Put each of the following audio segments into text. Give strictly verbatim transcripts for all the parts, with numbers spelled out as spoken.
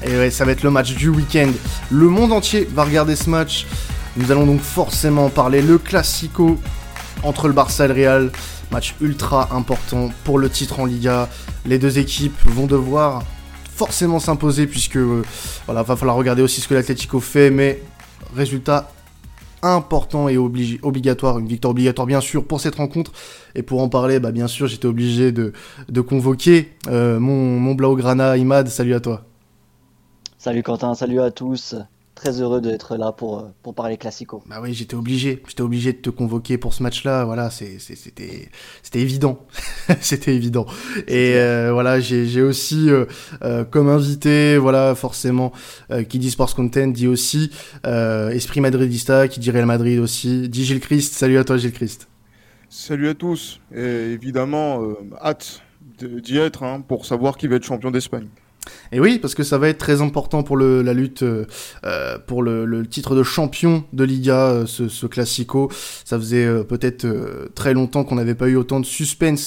Et ouais, ça va être le match du week-end. Le monde entier va regarder ce match. Nous allons donc forcément parler le Classico entre le Barça et le Real. Match ultra important pour le titre en Liga. Les deux équipes vont devoir forcément s'imposer puisque euh, voilà, va falloir regarder aussi ce que l'Atlético fait, mais résultat important et obligé, obligatoire, une victoire obligatoire bien sûr pour cette rencontre. Et pour en parler, bah, bien sûr, j'étais obligé de, de convoquer euh, mon, mon Blaugrana, Imad. Salut à toi. Salut Quentin, salut à tous. Très heureux d'être là pour, pour parler Classico. Bah oui, j'étais obligé, j'étais obligé de te convoquer pour ce match-là. Voilà, c'est, c'est, c'était, c'était évident, c'était évident. Et euh, voilà, j'ai, j'ai aussi euh, euh, comme invité, voilà, forcément, euh, qui dit Sports Content dit aussi euh, Esprit Madridista, qui dit Real Madrid aussi, dit Gilles Christ. Salut à toi, Gilles Christ. Salut à tous, et évidemment, euh, hâte de- d'y être hein, pour savoir qui va être champion d'Espagne. Et oui, parce que ça va être très important pour le, la lutte, euh, euh, pour le, le titre de champion de Liga, euh, ce, ce Classico. Ça faisait euh, peut-être euh, très longtemps qu'on n'avait pas eu autant de suspense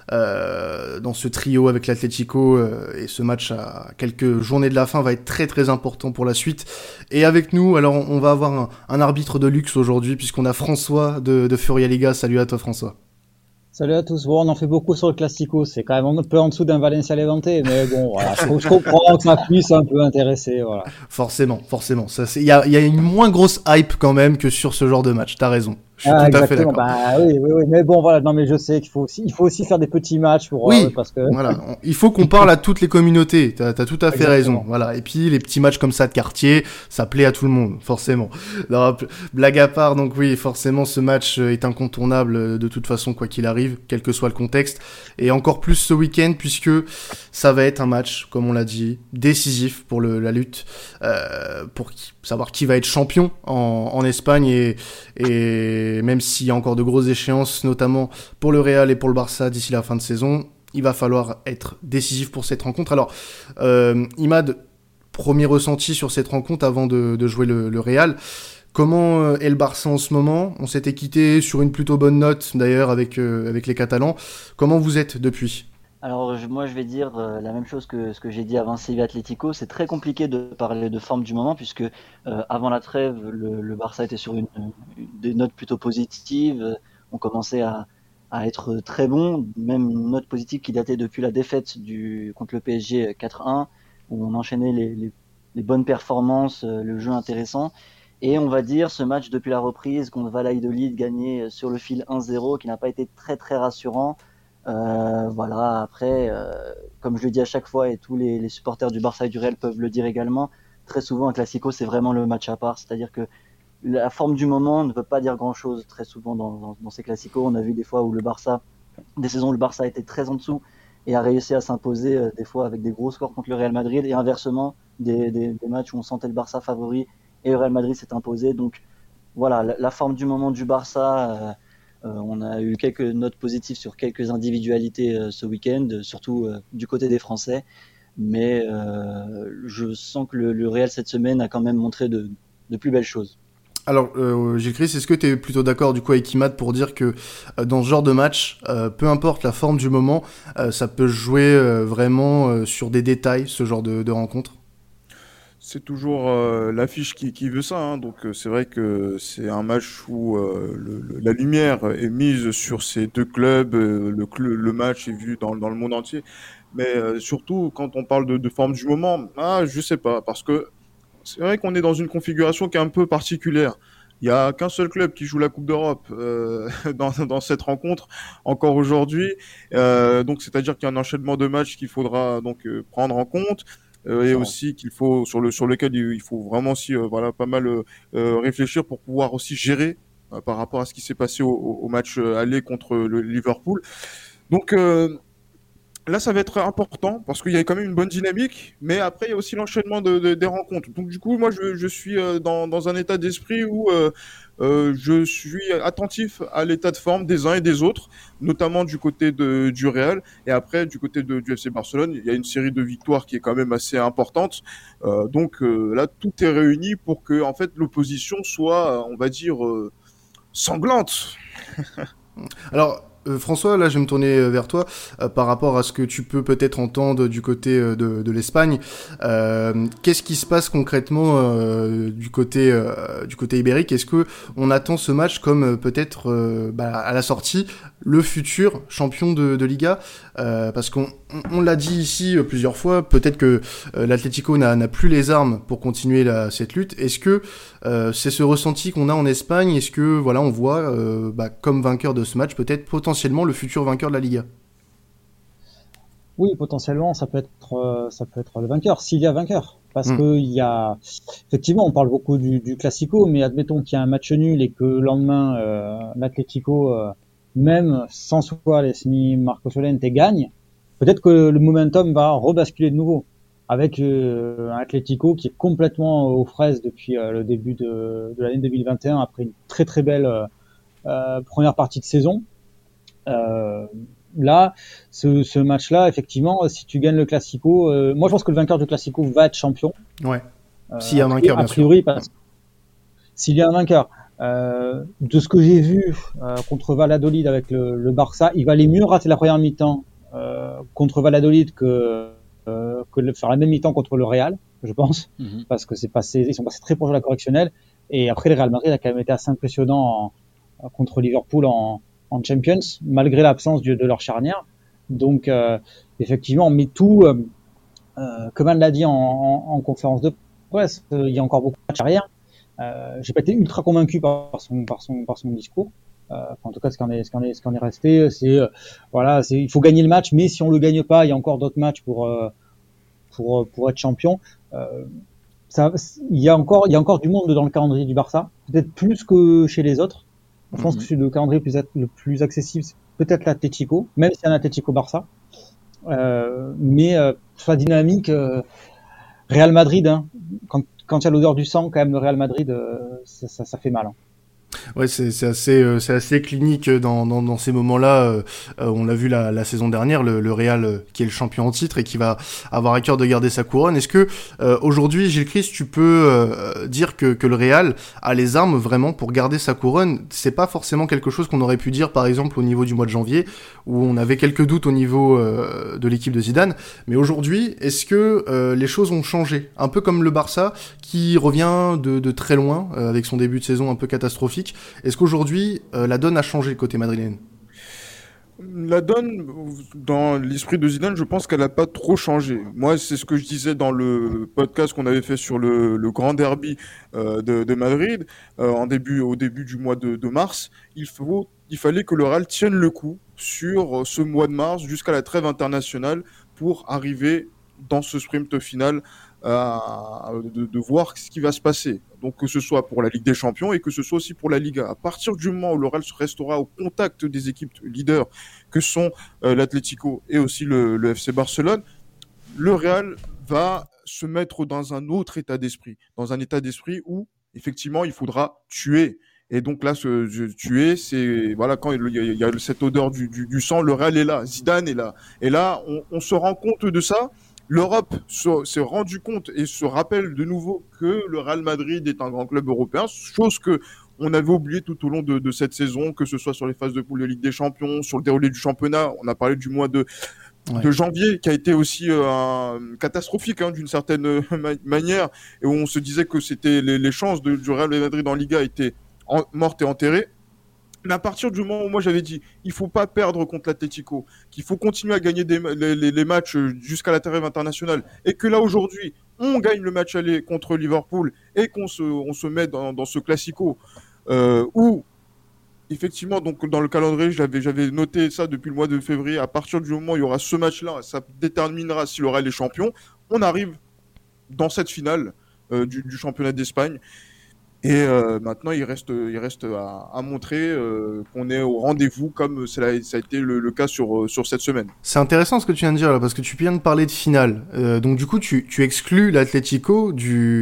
euh, dans ce trio avec l'Atlético. Euh, et ce match à quelques journées de la fin va être très très important pour la suite. Et avec nous, alors on, on va avoir un, un arbitre de luxe aujourd'hui, puisqu'on a François de, de Furia Liga. Salut à toi François. Salut à tous. Bon, on en fait beaucoup sur le Classico. C'est quand même un peu en dessous d'un Valencia Levante, mais bon, voilà. Je, je comprends que ça puisse un peu intéresser, voilà. Forcément, forcément. Ça, c'est, il y a, il y a une moins grosse hype quand même que sur ce genre de match. T'as raison. Je suis Ah, tout à fait exactement. d'accord. Bah oui, oui, oui. Mais bon, voilà. Non, mais je sais qu'il faut aussi, il faut aussi faire des petits matchs pour, Oui, euh, parce que. voilà. On- Il faut qu'on parle à toutes les communautés. T'as, t'as tout à fait Exactement. raison. Voilà. Et puis les petits matchs comme ça de quartier, ça plaît à tout le monde, forcément. Non, p- blague à part, donc oui, forcément, ce match euh, est incontournable euh, de toute façon, quoi qu'il arrive, quel que soit le contexte. Et encore plus ce week-end, puisque ça va être un match, comme on l'a dit, décisif pour le, la lutte, euh, pour qui- savoir qui va être champion en, en Espagne. Et, et même s'il y a encore de grosses échéances, notamment pour le Real et pour le Barça d'ici la fin de saison, il va falloir être décisif pour cette rencontre. Alors, euh, Imad, premier ressenti sur cette rencontre avant de, de jouer le, le Real. Comment euh, est le Barça en ce moment? On s'était quitté sur une plutôt bonne note d'ailleurs avec, euh, avec les Catalans. Comment vous êtes depuis? Alors je- moi je vais dire euh, la même chose que ce que j'ai dit avant Séville Atlético. C'est très compliqué de parler de forme du moment puisque euh, avant la trêve, le, le Barça était sur une, une- des notes plutôt positives. On commençait à, à être très bon, même une note positive qui datait depuis la défaite du, contre le P S G quatre un, où on enchaînait les, les, les bonnes performances, euh, le jeu intéressant. Et on va dire ce match depuis la reprise contre Valladolid gagné sur le fil un zéro qui n'a pas été très très rassurant. Euh, voilà, après, euh, comme je le dis à chaque fois, et tous les, les supporters du Barça et du Real peuvent le dire également, très souvent un Classico, c'est vraiment le match à part. C'est-à-dire que la forme du moment ne veut pas dire grand-chose très souvent dans, dans, dans ces Classicos. On a vu des fois où le Barça, des saisons où le Barça était très en dessous et a réussi à s'imposer euh, des fois avec des gros scores contre le Real Madrid et inversement, des, des, des matchs où on sentait le Barça favori et le Real Madrid s'est imposé. Donc voilà, la, la forme du moment du Barça, euh, euh, on a eu quelques notes positives sur quelques individualités euh, ce week-end, surtout euh, du côté des Français. Mais euh, je sens que le, le Real cette semaine a quand même montré de, de plus belles choses. Alors, euh, Gilles Christ, est-ce que tu es plutôt d'accord du coup avec Imad pour dire que euh, dans ce genre de match, euh, peu importe la forme du moment, euh, ça peut jouer euh, vraiment euh, sur des détails, ce genre de, de rencontre? C'est toujours euh, l'affiche qui, qui veut ça, hein, donc euh, c'est vrai que c'est un match où euh, le- le- la lumière est mise sur ces deux clubs, euh, le, cl- le match est vu dans, dans le monde entier, mais euh, surtout quand on parle de, de forme du moment, ah, je sais pas, parce que c'est vrai qu'on est dans une configuration qui est un peu particulière. Il y a qu'un seul club qui joue la Coupe d'Europe euh, dans, dans cette rencontre encore aujourd'hui. Euh, donc c'est-à-dire qu'il y a un enchaînement de matchs qu'il faudra donc euh, prendre en compte euh, et C'est vrai. aussi qu'il faut sur le sur lequel il il faut vraiment aussi euh, voilà pas mal euh, euh, réfléchir pour pouvoir aussi gérer euh, par rapport à ce qui s'est passé au, au au match euh, aller contre le Liverpool. Donc euh, là, ça va être important parce qu'il y a quand même une bonne dynamique, mais après, il y a aussi l'enchaînement de, de- des rencontres. Donc, du coup, moi, je, je suis euh, dans, dans un état d'esprit où euh, euh, je suis attentif à l'état de forme des uns et des autres, notamment du côté de, du Real. Et après, du côté de, du F C Barcelone, il y a une série de victoires qui est quand même assez importante. Euh, donc euh, là, tout est réuni pour que, en fait, l'opposition soit, on va dire, euh, sanglante. Alors, Euh, François, là je vais me tourner euh, vers toi euh, par rapport à ce que tu peux peut-être entendre du côté euh, de, de l'Espagne. Euh, qu'est-ce qui se passe concrètement euh, du côté euh, du côté ibérique? Est-ce que on attend ce match comme euh, peut-être euh, bah, à la sortie le futur champion de, de Liga? euh, Parce qu'on on, on l'a dit ici euh, plusieurs fois, peut-être que euh, l'Atlético n'a, n'a plus les armes pour continuer la, cette lutte. Est-ce que euh, c'est ce ressenti qu'on a en Espagne? Est-ce que voilà on voit euh, bah, comme vainqueur de ce match peut-être potentiellement potentiellement le futur vainqueur de la Liga? Oui, potentiellement, ça peut être, euh, ça peut être le vainqueur, s'il y a vainqueur. Parce Mm. que il y a, effectivement, on parle beaucoup du, du Classico, mais admettons qu'il y a un match nul et que le lendemain, euh, l'Atlético, euh, même sans Suárez ni Marcos Llorente gagne, peut-être que le momentum va rebasculer de nouveau. Avec euh, un Atlético qui est complètement aux fraises depuis euh, le début de, de l'année deux mille vingt et un, après une très très belle euh, première partie de saison. Euh, là, ce, ce match-là, effectivement, si tu gagnes le Classico, euh, moi je pense que le vainqueur du Classico va être champion. Ouais. Euh, S'il y a un a vainqueur, bien a priori, sûr. parce s'il y a un vainqueur. Euh, de ce que j'ai vu euh, contre Valladolid avec le, le Barça, il valait mieux rater la première mi-temps euh, contre Valladolid que euh, que de faire la même mi-temps contre le Real, je pense, Mhm. parce que c'est passé, ils sont passés très proches de la correctionnelle. Et après, le Real Madrid a quand même été assez impressionnant en, contre Liverpool en en Champions, malgré l'absence de, de leur charnière. Donc, euh, effectivement, mais tout, euh, euh, comme elle l'a dit en, en, en conférence de presse, euh, il y a encore beaucoup de matchs arrière. Euh, j'ai pas été ultra convaincu par son, par son, par son discours. Euh, en tout cas, ce qu'en est, ce qu'en est, ce qu'en est resté, c'est, euh, voilà, c'est, il faut gagner le match, mais si on le gagne pas, il y a encore d'autres matchs pour, euh, pour, pour être champion. Euh, ça, il y a encore, il y a encore du monde dans le calendrier du Barça, peut-être plus que chez les autres. Je pense Mhm. que c'est le calendrier plus a- le plus accessible, c'est peut-être l'Atlético, même si c'est un Atlético Barça. Euh, mais euh, sur la dynamique, euh, Real Madrid, hein, quand quand il y a l'odeur du sang, quand même le Real Madrid, euh, ça, ça, ça fait mal. Hein. Ouais, c'est c'est assez euh, c'est assez clinique dans dans dans ces moments-là. Euh, euh, on l'a vu la la saison dernière, le, le Real euh, qui est le champion en titre et qui va avoir à cœur de garder sa couronne. Est-ce que euh, aujourd'hui, Gilles Christ, tu peux euh, dire que que le Real a les armes vraiment pour garder sa couronne? C'est pas forcément quelque chose qu'on aurait pu dire, par exemple, au niveau du mois de janvier, où on avait quelques doutes au niveau euh, de l'équipe de Zidane. Mais aujourd'hui, est-ce que euh, les choses ont changé? Un peu comme le Barça qui revient de de très loin euh, avec son début de saison un peu catastrophique. Est-ce qu'aujourd'hui, euh, la donne a changé côté madrilène? La donne, dans l'esprit de Zidane, je pense qu'elle n'a pas trop changé. Moi, c'est ce que je disais dans le podcast qu'on avait fait sur le, le grand derby euh, de, de Madrid, euh, en début, au début du mois de, de mars. Il, faut, il fallait que le Real tienne le coup sur ce mois de mars jusqu'à la trêve internationale pour arriver dans ce sprint final à, de, de voir ce qui va se passer. Donc que ce soit pour la Ligue des Champions et que ce soit aussi pour la Liga. À partir du moment où le Real restera au contact des équipes leaders que sont euh, l'Atlético et aussi le, le F C Barcelone, le Real va se mettre dans un autre état d'esprit, dans un état d'esprit où effectivement il faudra tuer. Et donc là, ce, ce tuer, c'est voilà quand il y, a, il y a cette odeur du, du, du sang, le Real est là, Zidane est là. Et là, on, on se rend compte de ça. L'Europe s'est rendu compte et se rappelle de nouveau que le Real Madrid est un grand club européen, chose que on avait oublié tout au long de, de cette saison, que ce soit sur les phases de poule de Ligue des Champions, sur le déroulé du championnat. On a parlé du mois de, ouais. de janvier qui a été aussi euh, catastrophique hein, d'une certaine euh, ma- manière, et où on se disait que c'était les, les chances de, du Real Madrid en Liga étaient en, mortes et enterrées. Mais à partir du moment où moi j'avais dit il faut pas perdre contre l'Atlético, qu'il faut continuer à gagner des, les, les, les matchs jusqu'à la trêve internationale, et que là aujourd'hui on gagne le match aller contre Liverpool et qu'on se, on se met dans, dans ce classico euh, où effectivement donc dans le calendrier j'avais, j'avais noté ça depuis le mois de février, à partir du moment où il y aura ce match-là, ça déterminera si le Real est champion. On arrive dans cette finale euh, du, du championnat d'Espagne. Et euh, maintenant, il reste, il reste à, à montrer euh, qu'on est au rendez-vous, comme ça a, ça a été le, le cas sur, sur cette semaine. C'est intéressant ce que tu viens de dire là, parce que tu viens de parler de finale. Euh, donc du coup, tu, tu exclus l'Atlético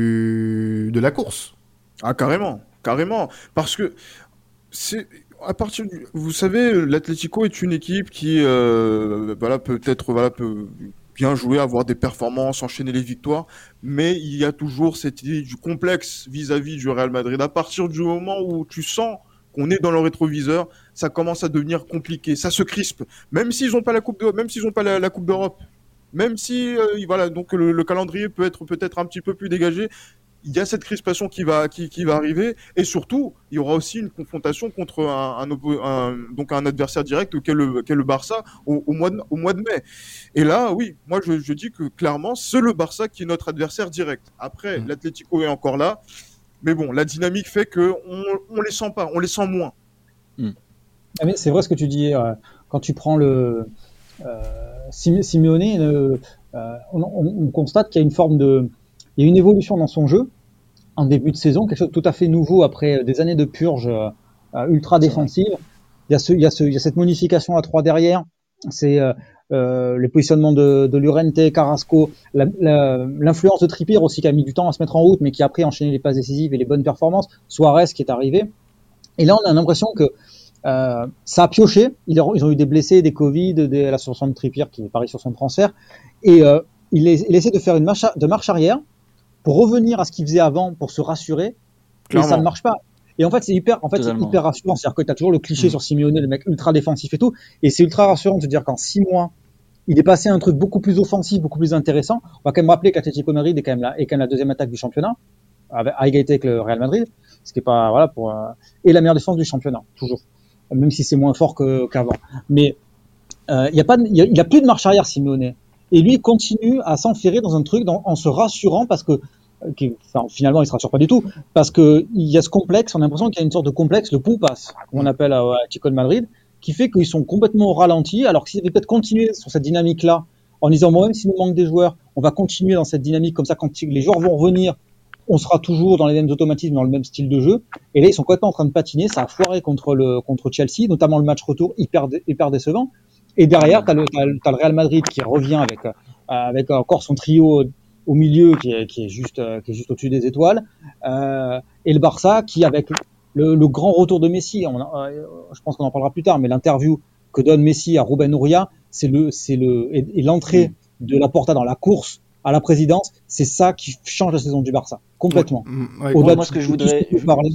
du de la course. Ah carrément, carrément, parce que c'est à partir du, vous savez, l'Atlético est une équipe qui, euh, voilà, peut-être, voilà, peut bien jouer, avoir des performances, enchaîner les victoires, mais il y a toujours cette idée du complexe vis-à-vis du Real Madrid. À partir du moment où tu sens qu'on est dans le rétroviseur, ça commence à devenir compliqué, ça se crispe. Même s'ils n'ont pas la coupe de, même s'ils n'ont pas la, la coupe d'Europe, même si euh, voilà, donc le, le calendrier peut être peut-être un petit peu plus dégagé. Il y a cette crispation qui va qui, qui va arriver, et surtout il y aura aussi une confrontation contre un, un, un donc un adversaire direct qu'est le qu'est le Barça au, au mois de, au mois de mai. Et là, oui, moi je, je dis que clairement c'est le Barça qui est notre adversaire direct. Après, mmh. l'Atlético est encore là, mais bon, la dynamique fait que on on les sent pas, on les sent moins. Mmh. Ah mais c'est vrai ce que tu dis. Euh, quand tu prends le euh, Simeone, euh, on, on, on constate qu'il y a une forme de Il y a une évolution dans son jeu en début de saison, quelque chose de tout à fait nouveau après des années de purge euh, ultra défensive. Il y a ce, il y a ce, il y a cette modification à trois derrière. C'est euh, euh, les positionnements de, de Llorente, Carrasco, la, la, l'influence de Trippier aussi qui a mis du temps à se mettre en route, mais qui a après enchaîné les passes décisives et les bonnes performances. Suarez qui est arrivé. Et là, on a l'impression que euh, ça a pioché. Ils ont, ils ont eu des blessés, des Covid, des, la situation de Trippier qui est pareil sur son transfert. Et euh, il, il essaie de faire une marche, de marche arrière pour revenir à ce qu'il faisait avant, pour se rassurer, Clairement. Et ça ne marche pas. Et en fait, c'est hyper, en fait, c'est hyper rassurant. C'est-à-dire que tu as toujours le cliché mmh. sur Simeone, le mec ultra défensif et tout, et c'est ultra rassurant de te dire qu'en six mois, il est passé à un truc beaucoup plus offensif, beaucoup plus intéressant. On va quand même rappeler qu'Atlético Madrid est quand même la, est quand même la deuxième attaque du championnat, à égalité avec le Real Madrid, ce qui est pas, voilà, pour, euh, et la meilleure défense du championnat, toujours. Même si c'est moins fort que, qu'avant. Mais, euh, il y a pas, il y a, il a plus de marche arrière, Simeone. Et lui, il continue à s'enferrer dans un truc, dans, en se rassurant parce que, qui, enfin, finalement, il se rassure pas du tout, parce que il y a ce complexe, on a l'impression qu'il y a une sorte de complexe, le poupas, qu'on appelle à, à Atlético de Madrid, qui fait qu'ils sont complètement au ralenti, alors qu'ils avaient peut-être continué sur cette dynamique-là, en disant, moi, même s'il nous manque des joueurs, on va continuer dans cette dynamique, comme ça, quand les joueurs vont revenir, on sera toujours dans les mêmes automatismes, dans le même style de jeu. Et là, ils sont complètement en train de patiner, ça a foiré contre le, contre Chelsea, notamment le match retour, hyper, hyper décevant. Et derrière, t'as le, t'as, t'as le Real Madrid qui revient avec, euh, avec encore son trio au milieu qui est, qui est juste, euh, qui est juste au-dessus des étoiles, euh, et le Barça qui, avec le, le grand retour de Messi, on a, euh, je pense qu'on en parlera plus tard, mais l'interview que donne Messi à Ruben Uria, c'est le, c'est le, et, et l'entrée de Laporta dans la course à la présidence, c'est ça qui change la saison du Barça complètement. Ouais, ouais, Au-delà moi, de ce que je voudrais, je... parler.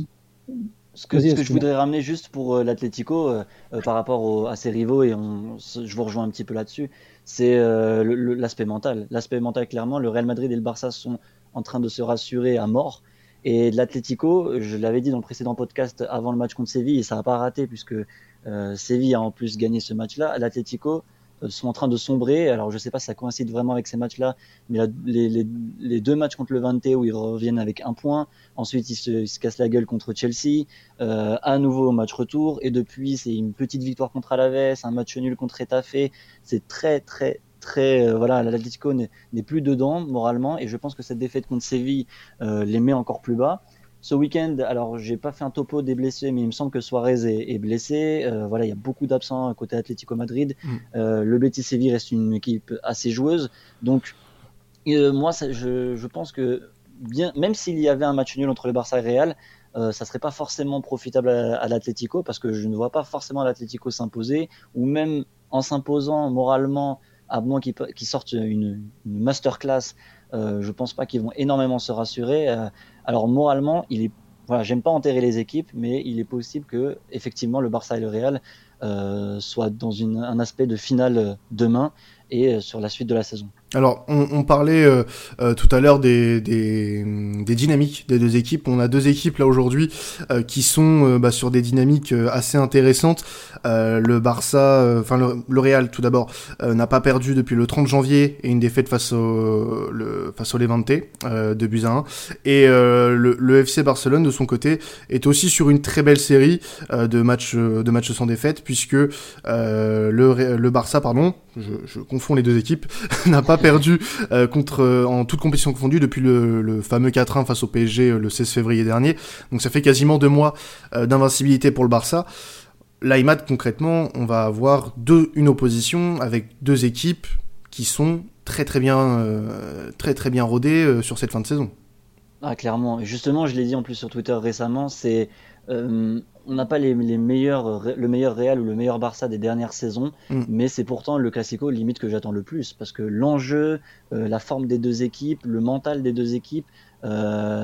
Ce que, ce que je voudrais ramener juste pour euh, l'Atlético euh, euh, par rapport au, à ses rivaux, et on, je vous rejoins un petit peu là-dessus, c'est euh, le, le, l'aspect mental. L'aspect mental, clairement, le Real Madrid et le Barça sont en train de se rassurer à mort. Et l'Atlético, je l'avais dit dans le précédent podcast avant le match contre Séville, et ça n'a pas raté puisque euh, Séville a en plus gagné ce match-là. L'Atlético euh, sont en train de sombrer. Alors je ne sais pas si ça coïncide vraiment avec ces matchs-là, mais la, les, les, les deux matchs contre le Levante où ils reviennent avec un point, ensuite ils se, ils se cassent la gueule contre Chelsea, euh, à nouveau au match retour, et depuis c'est une petite victoire contre Alaves, un match nul contre Getafe. C'est très très très euh, voilà, l'Atlético n'est, n'est plus dedans moralement, et je pense que cette défaite contre Séville euh, les met encore plus bas. Ce week-end, alors j'ai pas fait un topo des blessés, mais il me semble que Suarez est, est blessé. Euh, voilà, il y a beaucoup d'absents côté Atlético Madrid. Mm. Euh, le Betis Séville reste une équipe assez joueuse, donc euh, moi ça, je, je pense que bien, même s'il y avait un match nul entre le Barça et le Real, euh, ça serait pas forcément profitable à, à l'Atlético, parce que je ne vois pas forcément l'Atlético s'imposer, ou même en s'imposant moralement, à moins qu'ils, qu'ils sortent une, une masterclass, euh, je pense pas qu'ils vont énormément se rassurer. Euh, alors moralement, il est, voilà, j'aime pas enterrer les équipes, mais il est possible que effectivement le Barça et le Real euh, soient dans une, un aspect de finale demain et euh, sur la suite de la saison. Alors, on, on parlait euh, euh, tout à l'heure des, des, des dynamiques des deux équipes. On a deux équipes là aujourd'hui euh, qui sont euh, bah, sur des dynamiques euh, assez intéressantes. Euh, le Barça, enfin euh, le, le Real tout d'abord, euh, n'a pas perdu depuis le trente janvier et une défaite face au le, face au Levante, euh, deux buts à un. Et euh, le, le F C Barcelone de son côté est aussi sur une très belle série euh, de matchs de matchs sans défaite, puisque euh, le, le Barça, pardon, je, je confonds les deux équipes, n'a pas perdu euh, contre euh, en toute compétition confondue depuis le, le fameux quatre un face au P S G euh, le seize février dernier. Donc ça fait quasiment deux mois euh, d'invincibilité pour le Barça. Là, Imad, concrètement, on va avoir deux, une opposition avec deux équipes qui sont très très bien, euh, très très bien rodées euh, sur cette fin de saison. Ah, clairement. Et justement, je l'ai dit en plus sur Twitter récemment, c'est euh, on n'a pas les, les meilleurs, le meilleur Real ou le meilleur Barça des dernières saisons, mm. mais c'est pourtant le Classico limite que j'attends le plus, parce que l'enjeu, euh, la forme des deux équipes, le mental des deux équipes, euh,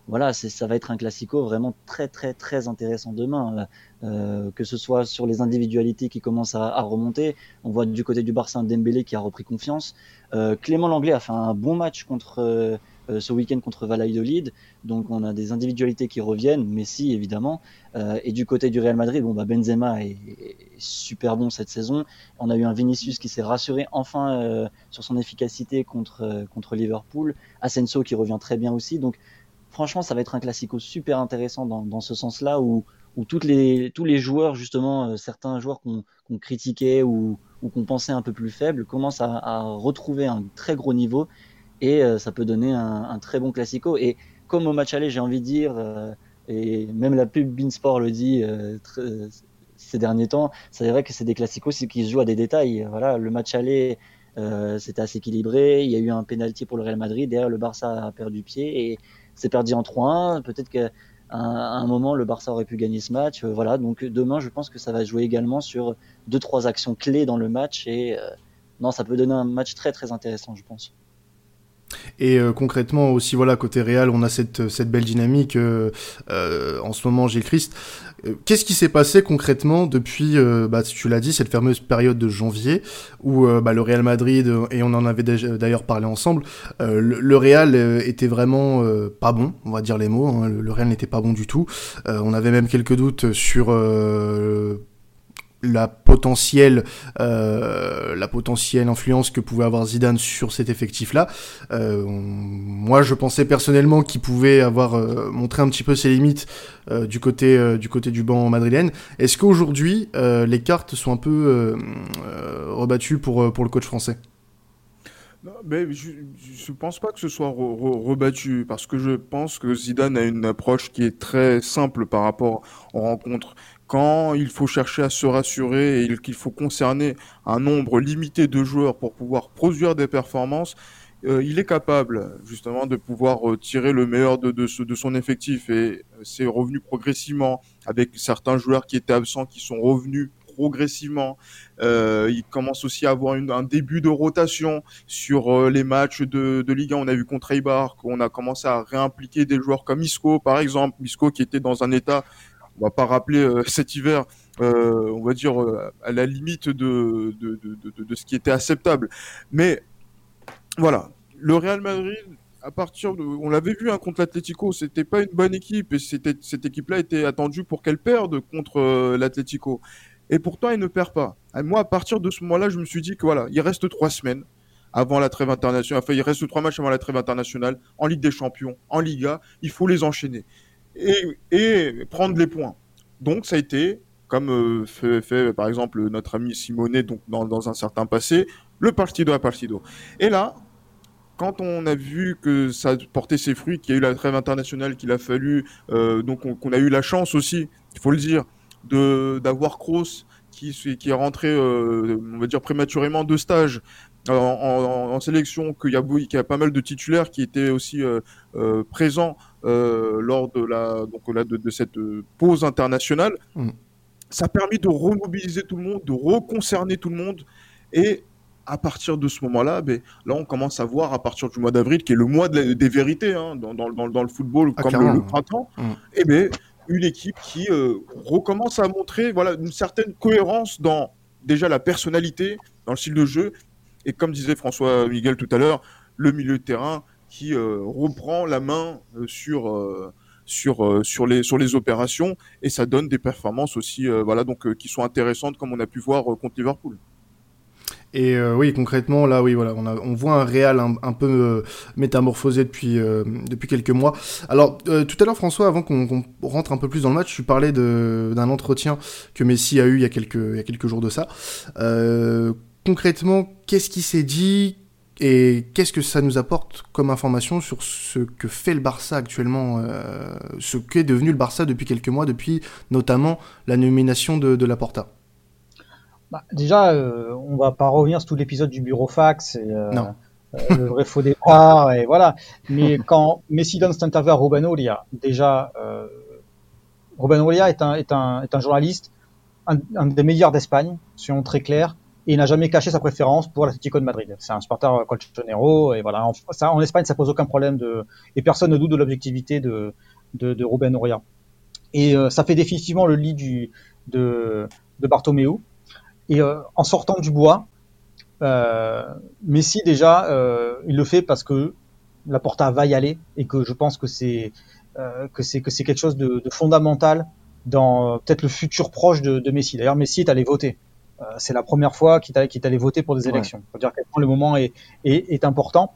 voilà, c'est, ça va être un classico vraiment très très très intéressant demain, euh, que ce soit sur les individualités qui commencent à, à remonter. On voit du côté du Barça un Dembélé qui a repris confiance. Euh, Clément Lenglet a fait un bon match contre euh, euh, ce week-end contre Valladolid, donc on a des individualités qui reviennent, Messi évidemment. Euh, et du côté du Real Madrid, bon bah Benzema est, est super bon cette saison. On a eu un Vinicius qui s'est rassuré enfin euh, sur son efficacité contre euh, contre Liverpool. Asensio qui revient très bien aussi, donc franchement, ça va être un classico super intéressant dans, dans ce sens-là, où, où toutes les, tous les joueurs, justement, euh, certains joueurs qu'on, qu'on critiquait ou, ou qu'on pensait un peu plus faibles, commencent à, à retrouver un très gros niveau, et euh, ça peut donner un, un très bon classico. Et comme au match aller, j'ai envie de dire, euh, et même la pub Beansport le dit euh, très, ces derniers temps, c'est vrai que c'est des classicos qui se jouent à des détails. Voilà, le match aller, euh, c'était assez équilibré, il y a eu un penalty pour le Real Madrid, derrière le Barça a perdu pied, et c'est perdu en trois un. Peut-être qu'à un moment, le Barça aurait pu gagner ce match. Euh, voilà, donc demain, je pense que ça va jouer également sur deux, trois actions clés dans le match. Et euh, non, ça peut donner un match très, très intéressant, je pense. Et euh, concrètement aussi, voilà, côté Real, on a cette cette belle dynamique euh, euh, en ce moment, Gilles Christ. Euh, qu'est-ce qui s'est passé concrètement depuis, euh, bah, tu l'as dit, cette fameuse période de janvier où euh, bah, le Real Madrid, et on en avait déjà, d'ailleurs parlé ensemble, euh, le, le Real euh, était vraiment euh, pas bon, on va dire les mots, hein, le, le Real n'était pas bon du tout. Euh, on avait même quelques doutes sur... Euh, la potentielle euh, la potentielle influence que pouvait avoir Zidane sur cet effectif-là. Euh, on, moi, je pensais personnellement qu'il pouvait avoir euh, montré un petit peu ses limites euh, du côté euh, du côté du banc madrilène. Est-ce qu'aujourd'hui euh, les cartes sont un peu euh, euh, rebattues pour pour le coach français? Non, mais je ne pense pas que ce soit re- re- rebattu, parce que je pense que Zidane a une approche qui est très simple par rapport aux rencontres. Quand il faut chercher à se rassurer et il- qu'il faut concerner un nombre limité de joueurs pour pouvoir produire des performances, euh, il est capable justement de pouvoir euh, tirer le meilleur de, de, ce- de son effectif, et euh, c'est revenu progressivement avec certains joueurs qui étaient absents qui sont revenus progressivement. Euh, il commence aussi à avoir une- un début de rotation sur euh, les matchs de, de Ligue un. On a vu contre Eibar qu'on a commencé à réimpliquer des joueurs comme Isco, par exemple. Isco qui était dans un état, on va pas rappeler euh, cet hiver, euh, on va dire euh, à la limite de, de, de, de, de ce qui était acceptable. Mais voilà, le Real Madrid, à partir de, on l'avait vu hein, contre l'Atlético, c'était pas une bonne équipe, et c'était, cette équipe-là était attendue pour qu'elle perde contre euh, l'Atlético. Et pourtant, elle ne perd pas. Et moi, à partir de ce moment-là, je me suis dit que voilà, il reste trois semaines avant la trêve internationale. Enfin, il reste trois matchs avant la trêve internationale, en Ligue des Champions, en Liga. Il faut les enchaîner et, et prendre les points. Donc, ça a été, comme euh, fait, fait par exemple notre ami Simonet, donc dans, dans un certain passé, le partido à partido. Et là, quand on a vu que ça portait ses fruits, qu'il y a eu la trêve internationale, qu'il a fallu, euh, donc on, qu'on a eu la chance aussi, il faut le dire, de d'avoir Kroos qui, qui est rentré, euh, on va dire prématurément de stage en, en, en sélection, qu'il y a, qu'il y a pas mal de titulaires qui étaient aussi euh, euh, présents euh, lors de la donc là de, de cette pause internationale. Mmh. Ça a permis de remobiliser tout le monde, de reconcerner tout le monde, et à partir de ce moment-là, ben, là, on commence à voir à partir du mois d'avril, qui est le mois de la, des vérités hein, dans, dans, dans, dans le football, Ah, comme le, le clairement. printemps, Mmh. et ben, une équipe qui euh, recommence à montrer voilà, une certaine cohérence dans déjà la personnalité, dans le style de jeu, et comme disait François Miguel tout à l'heure, le milieu de terrain qui euh, reprend la main euh, sur... Euh, sur euh, sur les sur les opérations, et ça donne des performances aussi euh, voilà donc euh, qui sont intéressantes, comme on a pu voir euh, contre Liverpool. Et euh, oui, concrètement, là, oui, voilà, on, a, on voit un Real un, un peu euh, métamorphosé depuis euh, depuis quelques mois. Alors, euh, tout à l'heure, François, avant qu'on, qu'on rentre un peu plus dans le match, tu parlais de, d'un entretien que Messi a eu il y a quelques il y a quelques jours de ça. Euh, concrètement, qu'est-ce qui s'est dit et qu'est-ce que ça nous apporte comme information sur ce que fait le Barça actuellement, euh, ce qu'est devenu le Barça depuis quelques mois, depuis notamment la nomination de, de Laporta? Bah, déjà, euh, on va pas revenir sur tout l'épisode du bureau fax et euh, Non. euh, le vrai faux départ et voilà. Mais quand Messi donne cette interview à Ruben Olia, déjà, euh, Ruben Olia est un, est un, est un journaliste, un, un des meilleurs d'Espagne, soyons très clairs. et il n'a jamais caché sa préférence pour l'Atlético de Madrid. C'est un supporter colchonero et voilà. En, ça, en Espagne, ça pose aucun problème de et personne ne doute de l'objectivité de de, de Rubén Uría. Et euh, ça fait définitivement le lit du de de Bartomeu. Et euh, en sortant du bois, euh, Messi déjà, euh, il le fait parce que Laporta va y aller et que je pense que c'est euh, que c'est que c'est quelque chose de, de fondamental dans euh, peut-être le futur proche de, de Messi. D'ailleurs, Messi est allé voter. Euh, c'est la première fois qu'il est, qu'il est allé voter pour des élections. Faut dire à quel point le moment est, est, est important.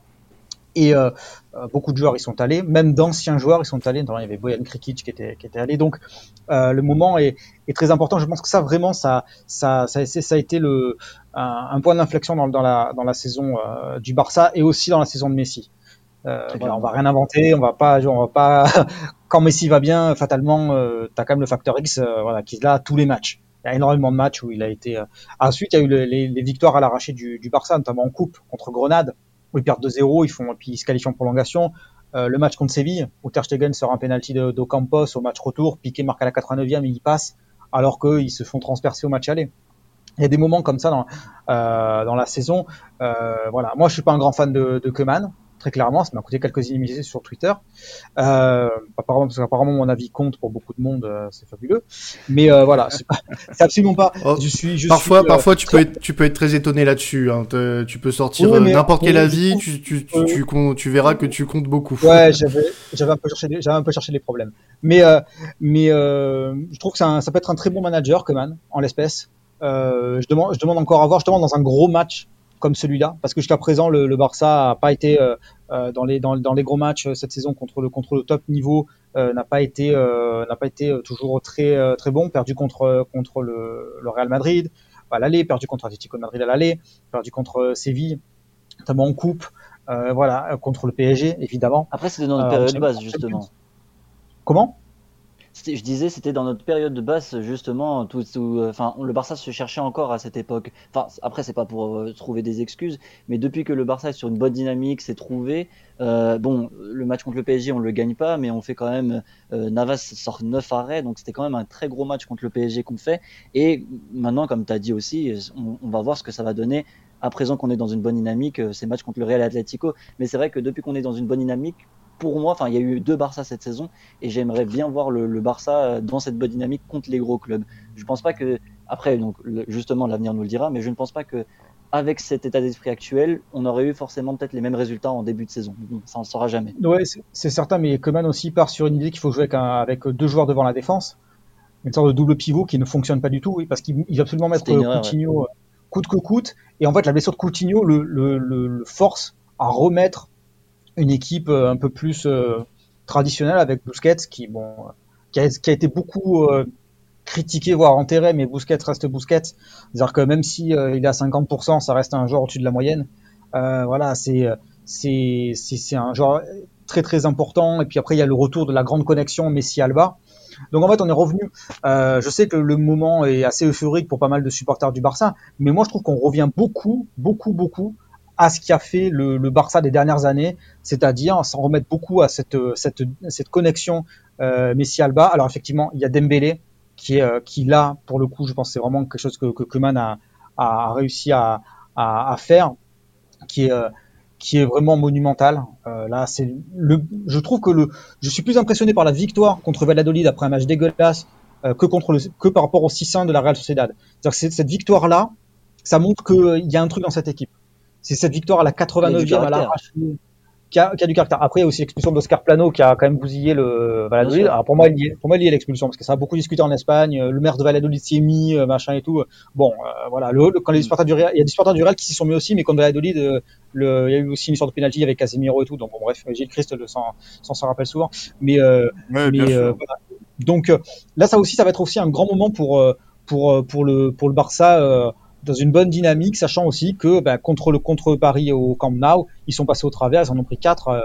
Et euh, beaucoup de joueurs y sont allés, même d'anciens joueurs y sont allés. Notamment, il y avait Bojan Krikic qui était qui était allé. Donc euh, le moment est, est très important. Je pense que ça vraiment ça ça ça, ça a été le un, un point d'inflexion dans, dans la dans la saison euh, du Barça et aussi dans la saison de Messi. Euh, voilà, on va rien inventer, on va pas, on va pas. Quand Messi va bien, fatalement, euh, t'as quand même le facteur X, euh, voilà, qui est là à tous les matchs. Il y a énormément de matchs où il a été. Euh... Ensuite, il y a eu le, les, les victoires à l'arraché du, du Barça, notamment en coupe contre Grenade, où ils perdent deux zéro, ils font, puis ils se qualifient en prolongation. Euh, le match contre Séville, où Ter Stegen sort un penalty de, de Campos au match retour, Piqué marque à la quatre-vingt-neuvième et il passe, alors qu'ils se font transpercer au match aller. Il y a des moments comme ça dans euh, dans la saison. Euh, voilà, moi je suis pas un grand fan de, de Koeman. Très clairement, ça m'a coûté quelques inimitiés sur Twitter. Euh, apparemment, parce qu'apparemment mon avis compte pour beaucoup de monde, euh, c'est fabuleux. Mais euh, voilà, c'est, pas, c'est absolument pas. Oh, je suis, je parfois, suis, parfois, euh, tu peux être, tu peux être très étonné là-dessus. Hein. Te, tu peux sortir oui, mais, n'importe quel oui, avis, tu, tu, tu, tu, tu, tu verras que tu comptes beaucoup. Ouais, j'avais, j'avais un peu cherché, j'avais un peu cherché les problèmes. Mais, euh, mais euh, je trouve que ça, ça peut être un très bon manager, Koeman, en l'espèce. Euh, je demande, je demande encore à voir. Je demande dans un gros match comme celui-là, parce que jusqu'à présent le, le Barça a pas été euh, dans les dans, dans les gros matchs cette saison contre le contre le top niveau, euh, n'a pas été euh, n'a pas été toujours très euh, très bon, perdu contre contre le, le Real Madrid à l'aller, perdu contre Atlético de Madrid à l'aller, perdu contre Séville notamment en coupe, euh, voilà, contre le P S G évidemment. Après c'était dans notre euh, période basse justement. Comment? C'était, je disais, c'était dans notre période de basse, justement, tout, tout, enfin, le Barça se cherchait encore à cette époque. Enfin, après, c'est pas pour euh, trouver des excuses, mais depuis que le Barça est sur une bonne dynamique, s'est trouvé, euh, bon, le match contre le P S G, on le gagne pas, mais on fait quand même, euh, Navas sort neuf arrêts, donc c'était quand même un très gros match contre le P S G qu'on fait. Et maintenant, comme tu as dit aussi, on, on va voir ce que ça va donner à présent qu'on est dans une bonne dynamique, ces matchs contre le Real Atlético. Mais c'est vrai que depuis qu'on est dans une bonne dynamique, pour moi, enfin, il y a eu deux Barça cette saison et j'aimerais bien voir le, le Barça dans cette bonne dynamique contre les gros clubs. Je pense pas que, après, donc, le, justement, l'avenir nous le dira, mais je ne pense pas que, avec cet état d'esprit actuel, on aurait eu forcément peut-être les mêmes résultats en début de saison. Ça, on ne le saura jamais. Ouais, c'est, c'est certain, mais Koeman aussi part sur une idée qu'il faut jouer avec, un, avec deux joueurs devant la défense, une sorte de double pivot qui ne fonctionne pas du tout, oui, parce qu'il il va absolument mettre erreur, Coutinho ouais. coûte que coûte, et en fait, la blessure de Coutinho le, le, le, le force à remettre une équipe un peu plus euh, traditionnelle avec Busquets qui bon qui a, qui a été beaucoup euh, critiqué voire enterré, mais Busquets reste Busquets, c'est-à-dire que même si euh, il est à cinquante pour cent, ça reste un joueur au-dessus de la moyenne. Euh, voilà, c'est c'est c'est c'est un joueur très très important, et puis après il y a le retour de la grande connexion Messi-Alba. Donc en fait on est revenu, euh, je sais que le moment est assez euphorique pour pas mal de supporters du Barça, mais moi je trouve qu'on revient beaucoup beaucoup beaucoup à ce qui a fait le, le Barça des dernières années, c'est-à-dire s'en remettre beaucoup à cette cette cette connexion euh, Messi-Alba. Alors effectivement, il y a Dembélé qui est euh, qui là pour le coup, je pense que c'est vraiment quelque chose que que Koeman a a réussi à à, à faire, qui est euh, qui est vraiment monumental. Euh, là, c'est le je trouve que le je suis plus impressionné par la victoire contre Valladolid après un match dégueulasse euh, que contre le que par rapport au six un de la Real Sociedad. C'est-à-dire que cette victoire là, ça montre que il y a un truc dans cette équipe. C'est cette victoire à la quatre-vingt-neuvième à l'arrache qui a, qui a du caractère. Après, il y a aussi l'expulsion d'Oscar Plano qui a quand même bousillé le Valladolid. Alors pour moi, il y est, pour moi, il y est l'expulsion parce que ça a beaucoup discuté en Espagne. Le maire de Valladolid s'y est mis, machin et tout. Bon, euh, voilà. Le, le, quand les supporters du Real, il y a des supporters du Real qui s'y sont mis aussi, mais contre Valladolid, euh, le, il y a eu aussi une sorte de penalty avec Casemiro et tout. Donc bon, bref, Gilles Christ le s'en, s'en, s'en rappelle souvent. Mais, euh, ouais, mais euh, voilà. Donc euh, là, ça aussi, ça va être aussi un grand moment pour pour pour le pour le Barça. Euh, dans une bonne dynamique, sachant aussi que bah, contre le contre Paris au Camp Nou, ils sont passés au travers, ils en ont pris quatre euh,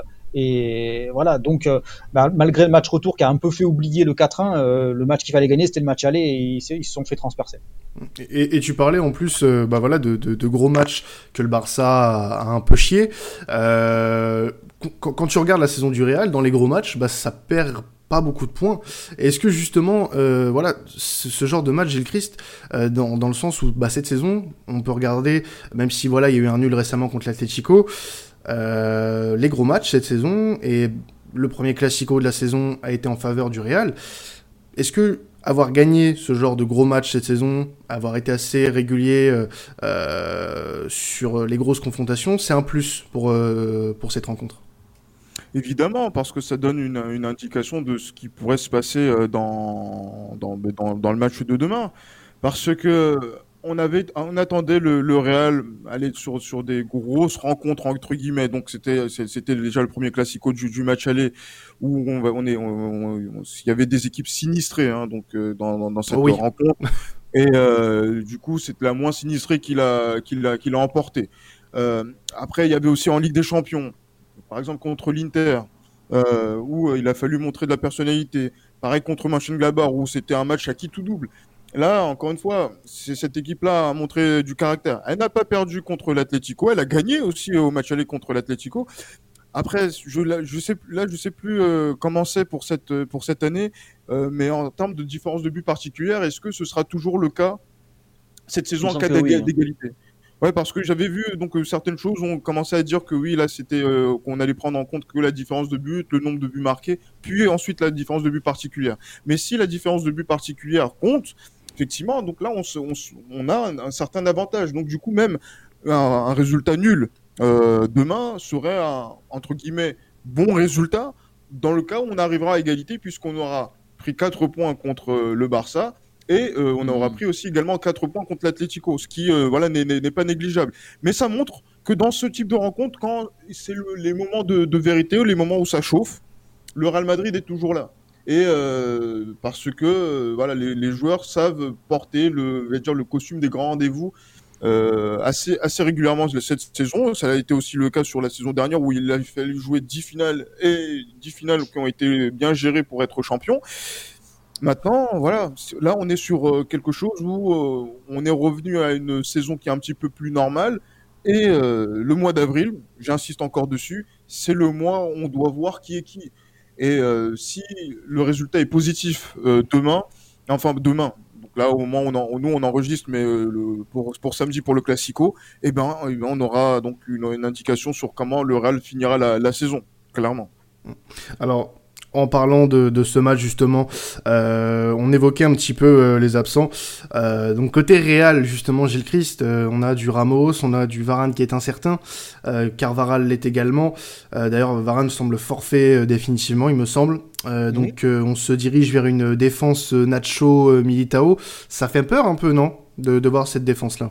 et voilà. Donc euh, bah, malgré le match retour qui a un peu fait oublier le quatre un, euh, le match qu'il fallait gagner c'était le match aller et ils, ils se sont fait transpercer. Et, et tu parlais en plus, euh, bah voilà, de, de, de gros matchs que le Barça a, a un peu chié. Euh, quand, quand tu regardes la saison du Real, dans les gros matchs, bah ça perd pas beaucoup de points. Et est-ce que justement, euh, voilà, ce, ce genre de match, Gilles Christ, euh, dans, dans le sens où bah, cette saison, on peut regarder, même si voilà, il y a eu un nul récemment contre l'Atlético, euh, les gros matchs cette saison, et le premier Classico de la saison a été en faveur du Real. Est-ce que avoir gagné ce genre de gros match cette saison, avoir été assez régulier euh, euh, sur les grosses confrontations, c'est un plus pour, euh, pour cette rencontre? Évidemment, parce que ça donne une, une indication de ce qui pourrait se passer euh, dans, dans, dans, dans le match de demain. Parce que on avait, on attendait le, le Real aller sur, sur des grosses rencontres entre guillemets. Donc c'était, c'était déjà le premier classico du, du match aller où on, va- on est, on- on- on- il y avait des équipes sinistrées hein, donc euh, dans, dans, dans cette Oh oui. rencontre. Et euh, du coup, c'était la moins sinistrée qu'il a, qu'il a, qu'il a emporté. Euh, après, il y avait aussi en Ligue des Champions, par exemple contre l'Inter, euh, où euh, il a fallu montrer de la personnalité. Pareil contre Mönchengladbach, où c'était un match à qui tout double. Là, encore une fois, c'est cette équipe-là a montré du caractère. Elle n'a pas perdu contre l'Atlético, elle a gagné aussi au match aller contre l'Atlético. Après, je, là, je sais, là, je sais plus euh, comment c'est pour cette pour cette année, euh, mais en termes de différence de but particulière, est-ce que ce sera toujours le cas cette Il me saison en semble cas que oui. d'éga- hein. d'égalité? Ouais, parce que j'avais vu donc euh, certaines choses ont commencé à dire que oui, là, c'était euh, qu'on allait prendre en compte que la différence de but, le nombre de buts marqués, puis ensuite la différence de but particulière. Mais si la différence de but particulière compte, effectivement, donc là, on, se, on, se- on a un, un certain avantage. Donc du coup, même un, un résultat nul euh, demain serait un entre guillemets bon résultat dans le cas où on arrivera à égalité puisqu'on aura pris quatre points contre euh, le Barça et euh, on aura Mhm. pris aussi également quatre points contre l'Atlético, ce qui euh, voilà n'est n'est- n'est pas négligeable. Mais ça montre que dans ce type de rencontre, quand c'est le- les moments de, de vérité, les moments où ça chauffe, le Real Madrid est toujours là. Et euh, parce que euh, voilà, les, les joueurs savent porter le, je vais dire, le costume des grands rendez-vous euh, assez, assez régulièrement cette saison. Ça a été aussi le cas sur la saison dernière où il a fallu jouer dix finales et dix finales qui ont été bien gérées pour être champion. Maintenant, voilà, là on est sur euh, quelque chose où euh, on est revenu à une saison qui est un petit peu plus normale. Et euh, le mois d'avril, j'insiste encore dessus, c'est le mois où on doit voir qui est qui. Et euh, si le résultat est positif euh, demain, enfin demain, donc là au moment où on en- nous on enregistre, mais euh, le- pour, pour samedi pour le Classico, eh ben, eh ben, on aura donc une, une indication sur comment le Real finira la, la saison, clairement. Alors, en parlant de, de ce match justement, euh, on évoquait un petit peu euh, les absents. Euh, donc côté Real, justement, Gilles Christ, euh, on a du Ramos, on a du Varane qui est incertain, euh, Carvajal l'est également. Euh, D'ailleurs, Varane semble forfait euh, définitivement, il me semble. Euh, Mhm. donc euh, on se dirige vers une défense euh, Nacho-Militao. Ça fait peur un peu, non, de, de voir cette défense-là?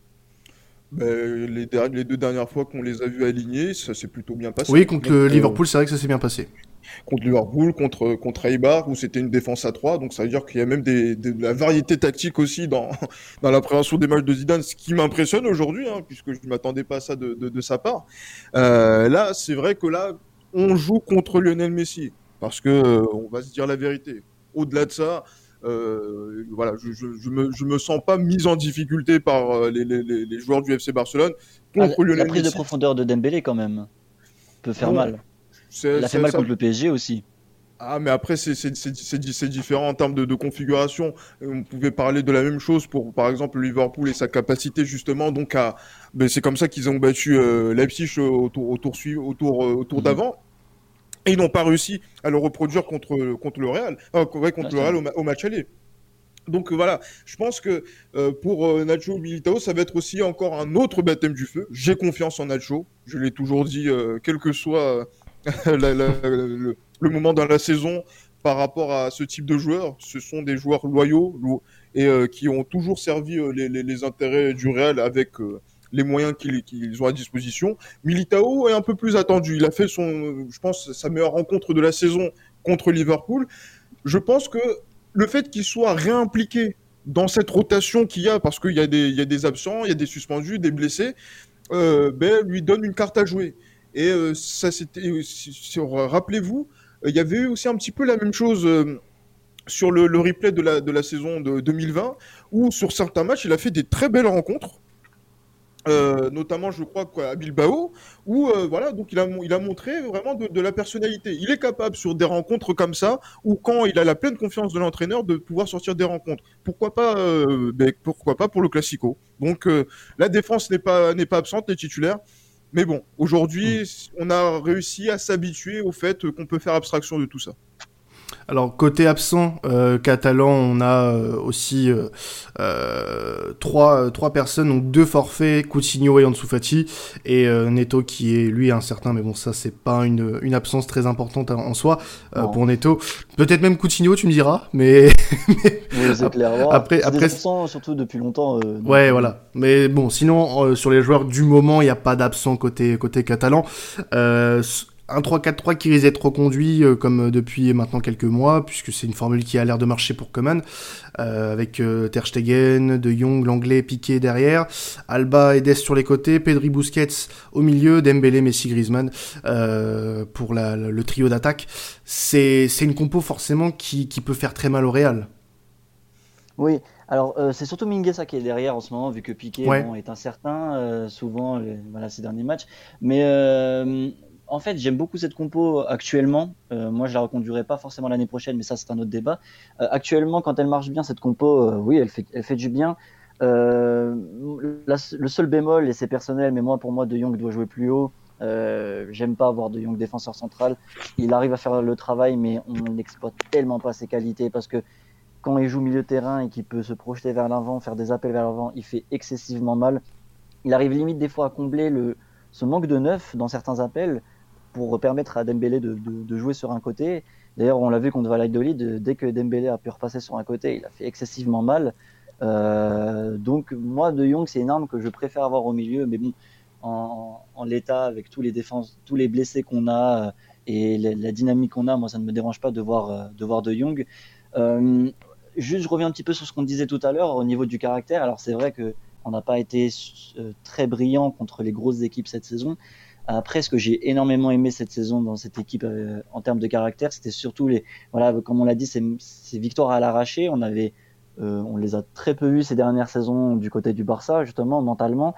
Ben, les, der- les deux dernières fois qu'on les a vus alignés, ça s'est plutôt bien passé. Oui, contre Donc, le euh, Liverpool, c'est vrai que ça s'est bien passé. contre Liverpool, contre, contre Eibar, où c'était une défense à trois. Donc ça veut dire qu'il y a même des, des- de la variété tactique aussi dans, dans l'appréhension des matchs de Zidane, ce qui m'impressionne aujourd'hui, hein, puisque je ne m'attendais pas à ça de, de, de sa part. Euh, là, c'est vrai que là, on joue contre Lionel Messi, parce que euh, on va se dire la vérité. Au-delà de ça, euh, voilà, je, je, je, me, je me sens pas mis en difficulté par euh, les, les, les les joueurs du F C Barcelone Ah, la contre la Lionel prise de Messi. profondeur de Dembélé, quand même, peut faire Bon, mal. c'est, Il a fait c'est, mal ça, contre le P S G aussi. ah, mais après, c'est c'est- c'est- c'est di- c'est différent en termes de, de configuration. Euh, On pouvait parler de la même chose pour, par exemple, le Liverpool et sa capacité justement donc à. Ben, c'est comme ça qu'ils ont battu euh, Leipzig euh, au tour, au tour, sui- au tour, euh, au tour Mhm. d'avant. Et ils n'ont pas réussi à le reproduire contre, contre le Real, euh, ouais, Ouais, contre le c'est Real vrai. au, ma- au match aller. Donc euh, voilà, je pense que euh, pour euh, Nacho Militao, ça va être aussi encore un autre baptême du feu. J'ai confiance en Nacho, je l'ai toujours dit, euh, quel que soit euh, la- la- le, le moment dans la saison par rapport à ce type de joueurs. Ce sont des joueurs loyaux lo- et euh, qui ont toujours servi euh, les, les- les intérêts du Real avec euh, les moyens qu'ils qu'ils ont à disposition. Militao est un peu plus attendu. Il a fait son, je pense, sa meilleure rencontre de la saison contre Liverpool. Je pense que le fait qu'il soit réimpliqué dans cette rotation qu'il y a, parce qu'il y a des, il y a des absents, il y a des suspendus, des blessés, euh, ben, lui donne une carte à jouer. Et euh, ça, c'était, sur, rappelez-vous, euh, il y avait eu aussi un petit peu la même chose euh, sur le, le replay de la, de la saison de deux mille vingt, où sur certains matchs, il a fait des très belles rencontres. Euh, notamment je crois quoi, à Bilbao, où euh, voilà, donc il a, il a montré vraiment de, de la personnalité. Il est capable sur des rencontres comme ça, ou quand il a la pleine confiance de l'entraîneur de pouvoir sortir des rencontres. Pourquoi pas, euh, ben, pourquoi pas pour le Classico. Donc euh, la défense n'est pas, n'est pas absente, les titulaires. Mais bon, aujourd'hui, on a réussi à s'habituer au fait qu'on peut faire abstraction de tout ça. Alors côté absent euh, catalan, on a euh, aussi euh, euh, trois trois personnes, donc deux forfaits, Coutinho et Ansu Fati, et euh, Neto qui est lui incertain, mais bon ça c'est pas une une absence très importante en soi euh, pour Neto. Peut-être même Coutinho, tu me diras, mais oui, c'est clair. Bon, après c'est après des absents surtout depuis longtemps. Euh, donc... Ouais, voilà. Mais bon, sinon euh, sur les joueurs du moment, il y a pas d'absent côté côté catalan. Euh, Un trois quatre trois qui risque d'être reconduit euh, comme depuis maintenant quelques mois, puisque c'est une formule qui a l'air de marcher pour Coman, euh, avec euh, Ter Stegen, De Jong, Langlais, Piqué derrière, Alba et Dest sur les côtés, Pedri, Busquets au milieu, Dembélé, Messi, Griezmann euh, pour la, la, le trio d'attaque. C'est, c'est une compo forcément qui, qui peut faire très mal au Real. Oui, alors euh, c'est surtout Mingueza qui est derrière en ce moment, vu que Piqué Ouais. bon, est incertain, euh, souvent les, voilà, ces derniers matchs. Mais euh, en fait, j'aime beaucoup cette compo actuellement. Euh, moi, je la reconduirai pas forcément l'année prochaine, mais ça, c'est un autre débat. Euh, actuellement, quand elle marche bien, cette compo, euh, oui, elle fait, elle fait du bien. Euh, la- le seul bémol, et c'est personnel, mais moi, pour moi, De Jong doit jouer plus haut. Euh, j'aime pas avoir De Jong défenseur central. Il arrive à faire le travail, mais on n'exploite tellement pas ses qualités parce que quand il joue milieu de terrain et qu'il peut se projeter vers l'avant, faire des appels vers l'avant, il fait excessivement mal. Il arrive limite des fois à combler le, ce manque de neuf dans certains appels pour permettre à Dembélé de, de, de jouer sur un côté. D'ailleurs, on l'a vu contre Valladolid, dès que Dembélé a pu repasser sur un côté, il a fait excessivement mal. Euh, donc moi, De Jong, c'est une arme que je préfère avoir au milieu, mais bon, en, en l'état, avec tous les défenses, tous les blessés qu'on a et la, la dynamique qu'on a, moi, ça ne me dérange pas de voir, de voir De Jong. Euh, Juste, je reviens un petit peu sur ce qu'on disait tout à l'heure au niveau du caractère. Alors, c'est vrai que on n'a pas été euh, très brillant contre les grosses équipes cette saison. Après, ce que j'ai énormément aimé cette saison dans cette équipe euh, en termes de caractère, c'était surtout les, voilà, comme on l'a dit, ces, ces victoires à l'arraché. On avait, euh, on les a très peu eues ces dernières saisons du côté du Barça, justement, mentalement.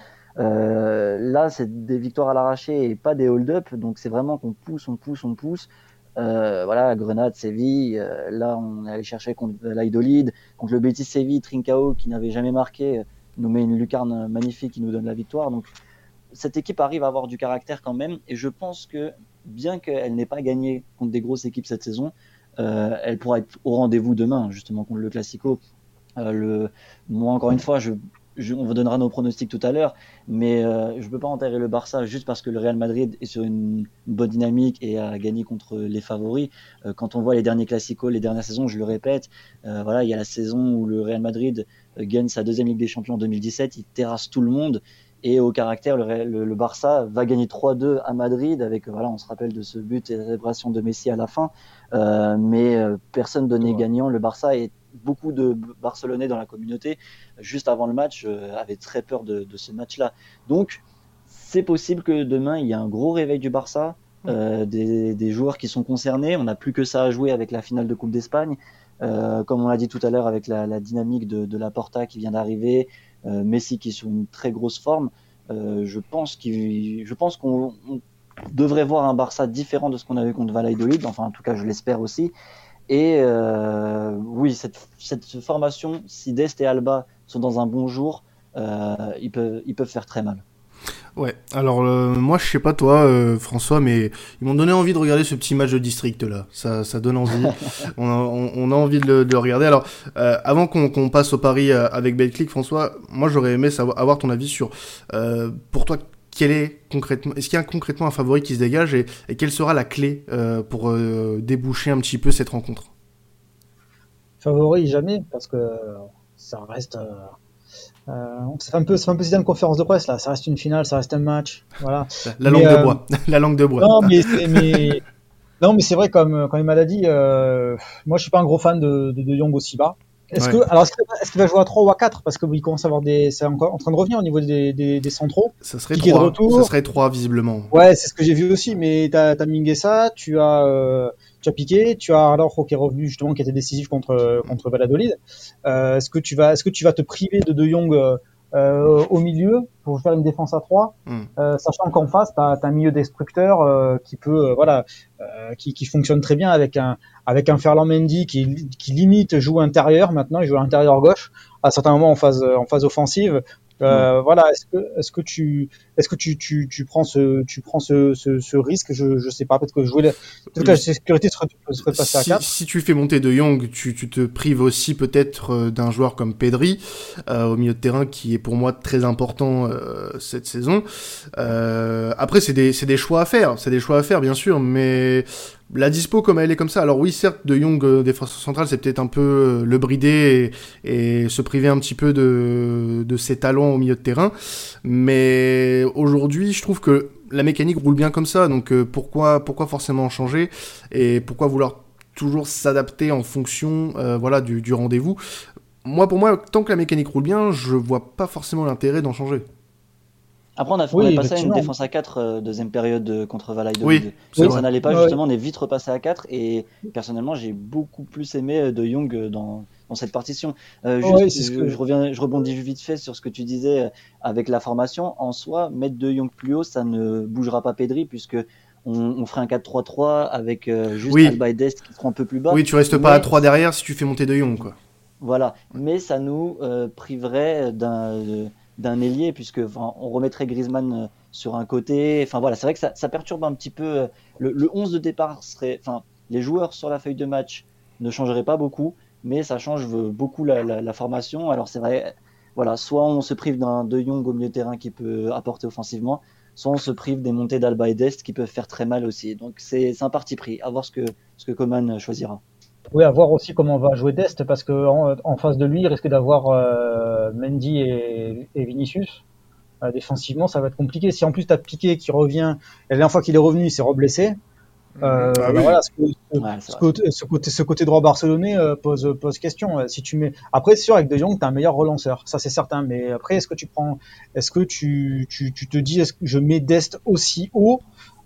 Euh, là, c'est des victoires à l'arraché et pas des hold-up. Donc, c'est vraiment qu'on pousse, on pousse, on pousse. Euh, voilà, Grenade, Séville. Euh, là, on est allé chercher contre Valladolid, contre le Betis Séville, Trincao qui n'avait jamais marqué, nous met une lucarne magnifique qui nous donne la victoire. Donc, cette équipe arrive à avoir du caractère quand même, et je pense que bien qu'elle n'ait pas gagné contre des grosses équipes cette saison, euh, elle pourra être au rendez-vous demain, justement contre le Classico. Euh, le... Moi, encore une fois, je Je, on vous donnera nos pronostics tout à l'heure, mais euh, je ne peux pas enterrer le Barça juste parce que le Real Madrid est sur une, une bonne dynamique et a gagné contre les favoris. Euh, quand on voit les derniers classicos, les dernières saisons, je le répète, euh, voilà, il y a la saison où le Real Madrid euh, gagne sa deuxième Ligue des Champions en deux mille dix-sept, il terrasse tout le monde. Et au caractère, le, le, le Barça va gagner trois deux à Madrid avec, voilà, on se rappelle de ce but et la célébration de Messi à la fin, euh, mais euh, personne donnait ouais. gagnant. Le Barça est beaucoup de Barcelonais dans la communauté, juste avant le match, euh, avaient très peur de, de ce match-là. Donc, c'est possible que demain, il y ait un gros réveil du Barça, euh, des, des joueurs qui sont concernés. On n'a plus que ça à jouer avec la finale de Coupe d'Espagne. Euh, comme on l'a dit tout à l'heure, avec la, la dynamique de, de Laporta qui vient d'arriver, euh, Messi qui est sur une très grosse forme, euh, je pense qu'il, je pense qu'on on devrait voir un Barça différent de ce qu'on a vu contre Valladolid. Enfin, en tout cas, je l'espère aussi. Et euh, oui, cette, cette formation, si Dest et Alba sont dans un bon jour, euh, ils, peuvent, ils peuvent faire très mal. Ouais, alors euh, moi je sais pas toi euh, François, mais ils m'ont donné envie de regarder ce petit match de district là, ça, ça donne envie, on, a, on, on a envie de le, de le regarder. Alors euh, avant qu'on, qu'on passe au pari euh, avec Betclic, François, moi j'aurais aimé savoir, avoir ton avis sur, euh, pour toi, quel est concrètement, est-ce qu'il y a concrètement un favori qui se dégage et, et quelle sera la clé euh, pour euh, déboucher un petit peu cette rencontre? Favori jamais, parce que ça reste... Euh... Euh, ça fait un peu, ça fait un peu Zidane conférence de presse là. Ça reste une finale, ça reste un match. Voilà. La, la langue euh, de bois. La langue de bois. Non, mais, c'est, mais non, mais c'est vrai comme quand il m'a dit. Euh, moi, je suis pas un gros fan de de, de Jong aussi bas. Est-ce ouais. que, alors, est-ce qu'il, est-ce qu'il va jouer à trois ou à quatre parce que il commence à avoir des, c'est encore en train de revenir au niveau des des, des centraux. Ça serait trois. Ça serait trois visiblement. Ouais, c'est ce que j'ai vu aussi. Mais t'as t'as Mingueza, tu as euh, tu as Piqué, tu as Araujo qui est revenu justement, qui était décisif contre contre Valladolid. Euh, est-ce que tu vas est-ce que tu vas te priver de De Jong euh, euh, au milieu pour faire une défense à trois, Mm. euh, sachant qu'en face, tu as un milieu destructeur euh, qui peut, euh, voilà, euh, qui, qui fonctionne très bien avec un avec un Ferland Mendy qui, qui limite joue intérieur maintenant, il joue à l'intérieur gauche à certains moments en phase en phase offensive. Euh, Ouais. Voilà, est-ce que est-ce que tu est-ce que tu tu tu prends ce tu prends ce ce, ce risque? Je je sais pas, peut-être que jouer la, peut-être que la sécurité serait serait passée à Si, quatre. si tu fais monter De Jong, tu, tu te prives aussi peut-être euh, d'un joueur comme Pedri euh, au milieu de terrain qui est pour moi très important euh, cette saison. Euh, après, c'est des, c'est des choix à faire, c'est des choix à faire bien sûr, mais la dispo comme elle est comme ça. Alors oui, certes, De Jong euh, défense centrale, c'est peut-être un peu euh, le brider et, et se priver un petit peu de, de ses talents au milieu de terrain, mais aujourd'hui, je trouve que la mécanique roule bien comme ça, donc euh, pourquoi pourquoi forcément changer et pourquoi vouloir toujours s'adapter en fonction euh, voilà du, du rendez-vous. Moi, pour moi, tant que la mécanique roule bien, je vois pas forcément l'intérêt d'en changer. Après, on, a, on Oui, est passé à une effectivement. défense à quatre euh, deuxième période euh, contre Valladolid. Oui, c'est Quand Oui, ça vrai. n'allait pas, ouais, justement, on est vite repassé à quatre. Et personnellement, j'ai beaucoup plus aimé euh, De Jong euh, dans, dans cette partition. Euh, ouais, juste, c'est ce je, je que reviens, je rebondis vite fait sur ce que tu disais euh, avec la formation. En soi, mettre De Jong plus haut, ça ne bougera pas Pedri, puisque on, on ferait un quatre trois trois avec euh, juste Oui, Alba et Dest qui seront un peu plus bas. oui, tu restes pas à Mais trois derrière si tu fais monter De Jong, quoi. voilà, mais ça nous euh, priverait d'un euh, d'un ailier puisque enfin, on remettrait Griezmann euh, sur un côté. Enfin voilà, c'est vrai que ça, ça perturbe un petit peu. euh, Le, le onze de départ serait, enfin, les joueurs sur la feuille de match ne changeraient pas beaucoup, mais ça change euh, beaucoup la, la, la formation. Alors c'est vrai, voilà, soit on se prive d'un De Jong au milieu de terrain qui peut apporter offensivement, soit on se prive des montées d'Alba et d'Est qui peuvent faire très mal aussi. Donc c'est c'est un parti pris. À voir ce que ce que Coman choisira. oui, à voir aussi comment va jouer Dest parce que en, en face de lui, il risque d'avoir euh, Mendy et, et Vinicius. Euh, défensivement, ça va être compliqué. Si en plus tu as Piqué qui revient, et la dernière fois qu'il est revenu, il s'est reblessé. Mhm. Euh, Ah ben oui. voilà, ce, ce- Ouais, c'est ce vrai. côté, ce côté, ce côté droit barcelonais euh, pose, pose question. Euh, Si tu mets, après, c'est sûr avec De Jong, t'as un meilleur relanceur, ça c'est certain. Mais après, est-ce que tu prends, est-ce que tu, tu, tu te dis, est-ce que je mets Dest aussi haut?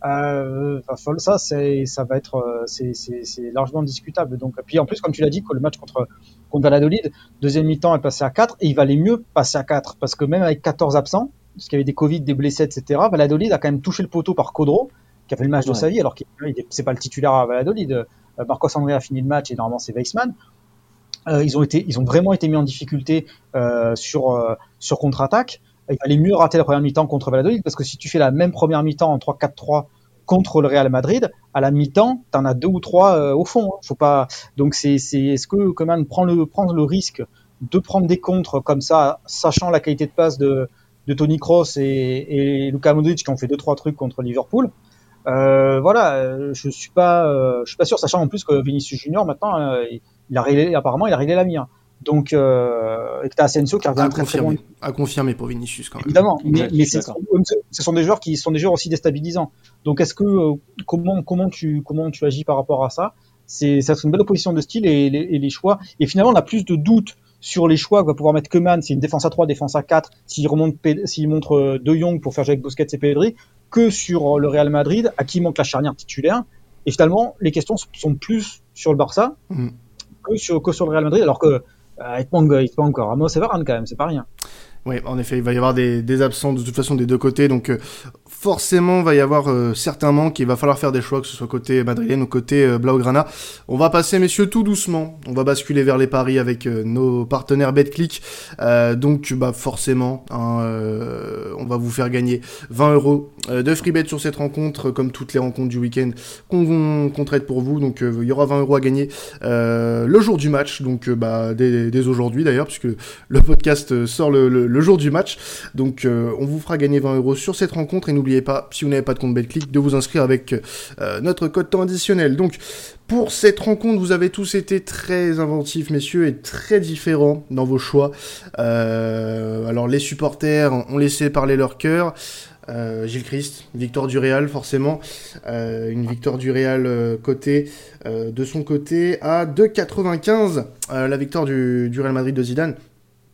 Euh, enfin, ça, c'est, ça va être, euh, c'est, c'est, c'est largement discutable. Donc, puis en plus, comme tu l'as dit, que le match contre contre Valladolid, deuxième mi-temps est passé à quatre et il valait mieux passer à quatre parce que même avec quatorze absents, parce qu'il y avait des Covid, des blessés, et cetera. Valladolid a quand même touché le poteau par Codro qui a fait le match de sa Ouais. vie, alors qu'il c'est pas le titulaire à Valladolid. Euh, Marcos André a fini le match et normalement c'est Weissman. Euh, ils ont été, ils ont vraiment été mis en difficulté euh, sur euh, sur contre-attaque. Il fallait mieux rater la première mi-temps contre Valladolid parce que si tu fais la même première mi-temps en trois quatre trois contre le Real Madrid, à la mi-temps, t'en as deux ou trois euh, au fond. Hein. Faut pas. Donc c'est, c'est, est-ce que Coman prend le prend le risque de prendre des contres comme ça, sachant la qualité de passe de de Toni Kroos et, et Luka Modric qui ont fait deux trois trucs contre Liverpool. Euh, voilà, euh, je suis pas, euh, je suis pas sûr, sachant en plus que Vinicius Junior maintenant, euh, il a réglé, apparemment, il a réglé la mire. Donc, euh, et que t'as Asensio qui revient À très très bon, confirmer, à confirmer pour Vinicius quand même. évidemment. Mais, Exact, je mais suis c'est- d'accord. ce sont des joueurs qui sont des joueurs aussi déstabilisants. Donc, est-ce que euh, comment comment tu comment tu agis par rapport à ça? C'est ça, c'est une belle opposition de style et les, et les choix. Et finalement, on a plus de doutes sur les choix que va pouvoir mettre Koeman. C'est une défense à trois, défense à quatre. S'il remonte, Pe- s'il montre euh, De Jong pour faire jouer avec Busquets et Pedri, que sur euh, le Real Madrid, à qui manque la charnière titulaire. Et finalement, les questions sont plus sur le Barça Mhm. que sur, que sur le Real Madrid, alors que euh, il te manque, il te manque encore Ramos et Varane quand même, c'est pas rien. Oui, en effet, il va y avoir des, des absents de toute façon des deux côtés, donc euh, forcément, il va y avoir euh, certains manques, il va falloir faire des choix, que ce soit côté madrilène ou côté euh, Blaugrana. On va passer, messieurs, tout doucement, on va basculer vers les paris avec euh, nos partenaires BetClick, euh, donc bah forcément, hein, euh, on va vous faire gagner vingt euros euh, de free bet sur cette rencontre, euh, comme toutes les rencontres du week-end qu'on qu'on traite pour vous, donc euh, il y aura vingt euros à gagner euh, le jour du match, donc euh, bah, dès, dès aujourd'hui d'ailleurs, puisque le podcast euh, sort le, le le jour du match. Donc euh, on vous fera gagner vingt euros sur cette rencontre et n'oubliez pas, si vous n'avez pas de compte BetClick, de vous inscrire avec euh, notre code temps additionnel. Donc pour cette rencontre, vous avez tous été très inventifs, messieurs, et très différents dans vos choix. Euh, alors les supporters ont laissé parler leur cœur. Euh, Gilles Christ, victoire du Real forcément, euh, une victoire du Real euh, côté euh, de son côté à deux virgule quatre-vingt-quinze, euh, la victoire du, du Real Madrid de Zidane. Pourquoi ?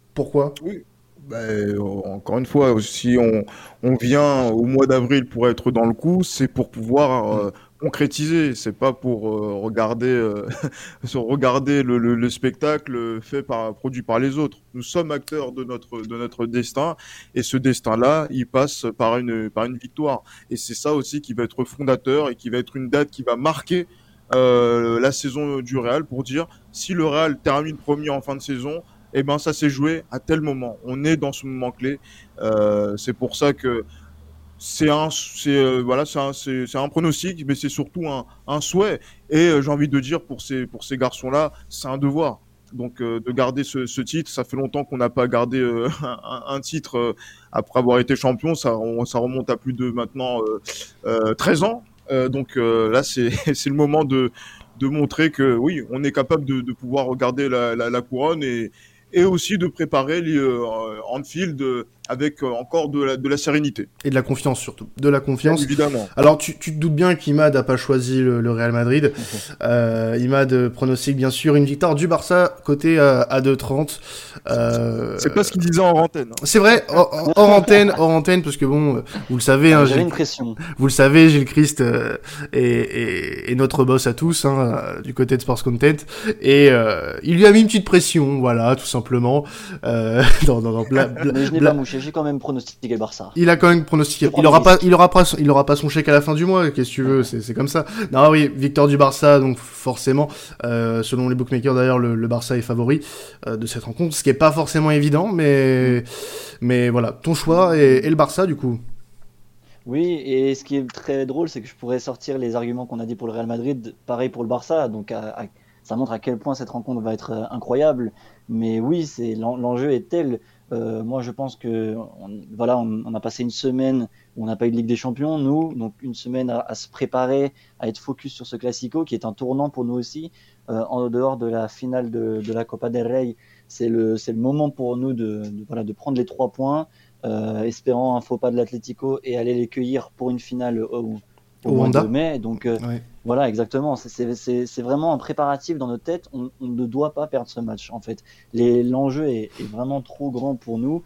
Oui. Ben, encore une fois, si on, on vient au mois d'avril pour être dans le coup, c'est pour pouvoir euh, concrétiser, c'est pas pour euh, regarder, euh, regarder le, le, le spectacle fait par, produit par les autres. Nous sommes acteurs de notre, de notre destin, et ce destin-là, il passe par une, par une victoire. Et c'est ça aussi qui va être fondateur et qui va être une date qui va marquer euh, la saison du Real, pour dire si le Real termine premier en fin de saison, eh ben ça s'est joué à tel moment. On est dans ce moment clé. Euh, c'est pour ça que c'est un, c'est euh, voilà, c'est un, c'est, c'est un pronostic, mais c'est surtout un, un souhait. Et euh, j'ai envie de dire pour ces, pour ces garçons-là, c'est un devoir. Donc euh, de garder ce, ce titre, ça fait longtemps qu'on n'a pas gardé euh, un, un titre euh, après avoir été champion. Ça, on, ça remonte à plus de maintenant euh, euh, treize ans. Euh, donc euh, là, c'est, c'est le moment de, de montrer que oui, on est capable de, de pouvoir regarder la, la, la couronne et, et aussi de préparer les, euh, Anfield euh, avec euh, encore de la, de la sérénité. Et de la confiance surtout. De la confiance. Bien évidemment. Alors tu, tu te doutes bien qu'Imad n'a pas choisi le, le Real Madrid. Euh, Imad pronostique bien sûr une victoire du Barça côté euh, à deux trente. Euh... C'est pas ce qu'il disait en antenne. Hein. C'est vrai, hors, hors antenne, hors antenne, parce que bon, vous le savez, hein, j'avais Gilles, une pression. Vous le savez, Gilles Christ euh, est, est, est notre boss à tous, hein, euh, du côté de Sports Content, et euh, il lui a mis une petite pression, voilà, tout simplement. Euh, dans, dans, dans, bla, bla, Mais je n'ai bla... pas mouché, j'ai quand même pronostiqué le Barça. Il a quand même pronostiqué. Il aura pas, il aura pas, il aura pas son chèque à la fin du mois. Qu'est-ce que tu veux, c'est, c'est comme ça. Non, oui, victoire du Barça, donc forcément, euh, selon les bookmakers d'ailleurs, le, le Barça est favori euh, de cette rencontre, ce qui est pas forcément évident, mais, mais voilà, ton choix et, et le Barça du coup. Oui, et ce qui est très drôle, c'est que je pourrais sortir les arguments qu'on a dit pour le Real Madrid, pareil pour le Barça. Donc, à, à, ça montre à quel point cette rencontre va être euh, incroyable. Mais oui, c'est l'en, l'enjeu est tel. Euh, moi, je pense que on, voilà, on, on a passé une semaine où on n'a pas eu de Ligue des Champions, nous, donc une semaine à, à se préparer, à être focus sur ce Classico, qui est un tournant pour nous aussi. Euh, en dehors de la finale de, de la Copa del Rey, c'est le, c'est le moment pour nous de, de, voilà, de prendre les trois points. Euh, espérant un faux pas de l'Atlético et aller les cueillir pour une finale au, au, au mois de mai. Donc euh, ouais. Voilà, exactement. C'est, c'est, c'est, c'est vraiment un préparatif dans notre tête. On, on ne doit pas perdre ce match. En fait, Les, l'enjeu est, est vraiment trop grand pour nous.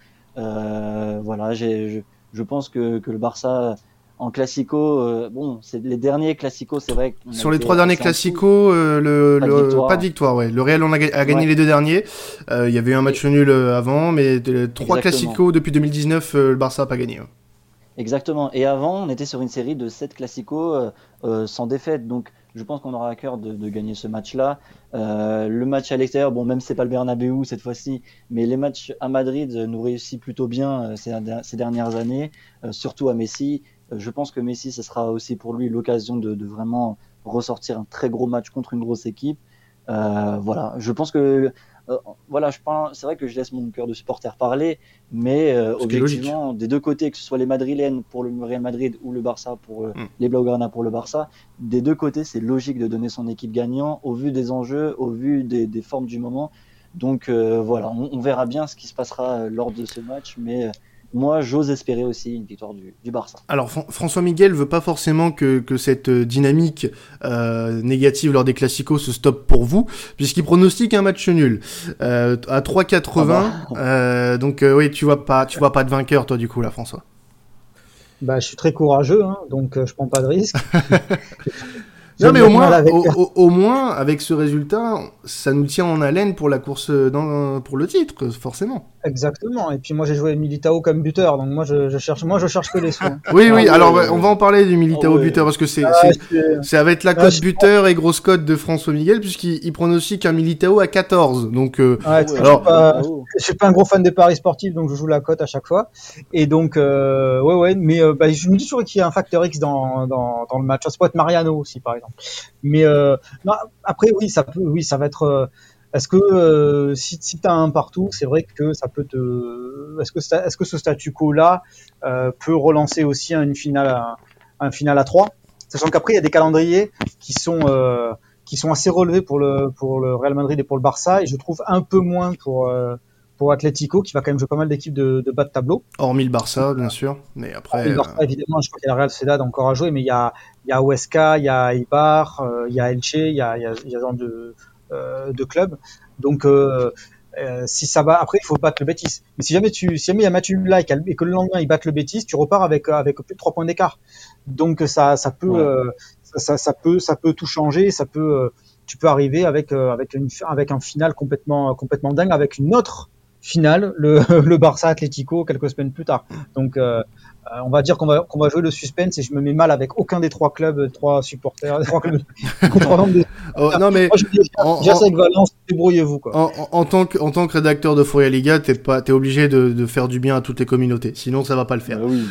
Euh, voilà, j'ai, je, je pense que, que le Barça en classico, euh, bon, c'est les derniers classicos, c'est vrai. Sur les trois derniers classicos, euh, le, pas, le, de pas de victoire, ouais. Le Real on a, a gagné ouais. les deux derniers. Il euh, y avait eu un match et... nul avant, mais de, trois Exactement. classicos depuis deux mille dix-neuf, euh, le Barça a pas gagné. Ouais. Exactement. Et avant, on était sur une série de sept classicos euh, euh, sans défaite. Donc, je pense qu'on aura à cœur de, de gagner ce match-là. Euh, le match à l'extérieur, bon, même si c'est pas le Bernabéu cette fois-ci, mais les matchs à Madrid nous réussissent plutôt bien euh, ces, ces dernières années, euh, surtout à Messi. Euh, je pense que Messi, ce sera aussi pour lui l'occasion de, de vraiment ressortir un très gros match contre une grosse équipe. Euh, voilà, je pense que euh, voilà, je parle, c'est vrai que je laisse mon cœur de supporter parler, mais euh, objectivement, des deux côtés, que ce soit les Madrilènes pour le Real Madrid ou le Barça pour euh, mm. les Blaugrana pour le Barça, des deux côtés, c'est logique de donner son équipe gagnant au vu des enjeux, au vu des, des formes du moment. Donc euh, voilà, on, on verra bien ce qui se passera lors de ce match, mais euh, moi, j'ose espérer aussi une victoire du, du Barça. Alors, F- François Miguel veut pas forcément que, que cette dynamique euh, négative lors des classicos se stoppe pour vous, puisqu'il pronostique un match nul euh, à trois quatre-vingts. Ah bah. euh, donc, euh, oui, tu vois pas, tu vois pas de vainqueur, toi, du coup, là, François. Bah, je suis très courageux, hein, donc euh, je prends pas de risque. Non mais au moins, avec... au, au, au moins, avec ce résultat, ça nous tient en haleine pour la course dans, pour le titre, forcément. Exactement. Et puis moi j'ai joué Militao comme buteur, donc moi je, je cherche, moi je cherche que les soins. Oui oui. Ah, alors ouais, on va en parler du Militao oh, ouais. buteur parce que c'est, ah, c'est, c'est, c'est avec la cote ah, buteur et grosse cote de François Miguel puisqu'il il pronostique un Militao à quatorze. Donc euh, ouais, alors, je suis pas, je suis pas un gros fan des paris sportifs, donc je joue la cote à chaque fois. Et donc euh, ouais ouais, mais euh, bah, je me dis toujours qu'il y a un facteur X dans dans dans le match. Ça peut être Mariano aussi par exemple. Mais euh, non, après oui, ça peut, oui, ça va être. Euh, est-ce que euh, si si t'as un partout, c'est vrai que ça peut te. Est-ce que est-ce que ce statu quo là euh, peut relancer aussi une finale à, un final à trois, sachant qu'après il y a des calendriers qui sont euh, qui sont assez relevés pour le pour le Real Madrid et pour le Barça, et je trouve un peu moins pour euh, pour Atlético qui va quand même jouer pas mal d'équipes de, de bas de tableau. Hormis le Barça, bien sûr, mais après. Hormis le Barça, euh... évidemment, je crois qu'il y a la Real Sociedad encore à jouer, mais il y a il y a Huesca, il y a Eibar, euh, il y a Elche, il y a il y a, il y a genre de euh, de clubs. Donc euh, euh, si ça va, après il faut battre le Betis. Mais si jamais tu si jamais il y a match nul là et que le lendemain ils battent le Betis, tu repars avec avec plus de trois points d'écart. Donc ça ça peut ouais. euh, ça, ça, ça peut, ça peut tout changer. Ça peut, euh, tu peux arriver avec euh, avec une avec un final complètement complètement dingue, avec une autre finale, le le Barça Atlético quelques semaines plus tard. Donc euh, euh, on va dire qu'on va qu'on va jouer le suspense et je me mets mal avec aucun des trois clubs, trois supporters, des trois clubs, des trois membres des Oh, non mais Moi, je dis, en, j'ai en- ça avec Valence, débrouillez-vous, quoi. en, en- en tant que en tant que rédacteur de Fourier Liga, t'es pas t'es obligé de, de faire du bien à toutes les communautés, sinon ça va pas le faire. Bah oui.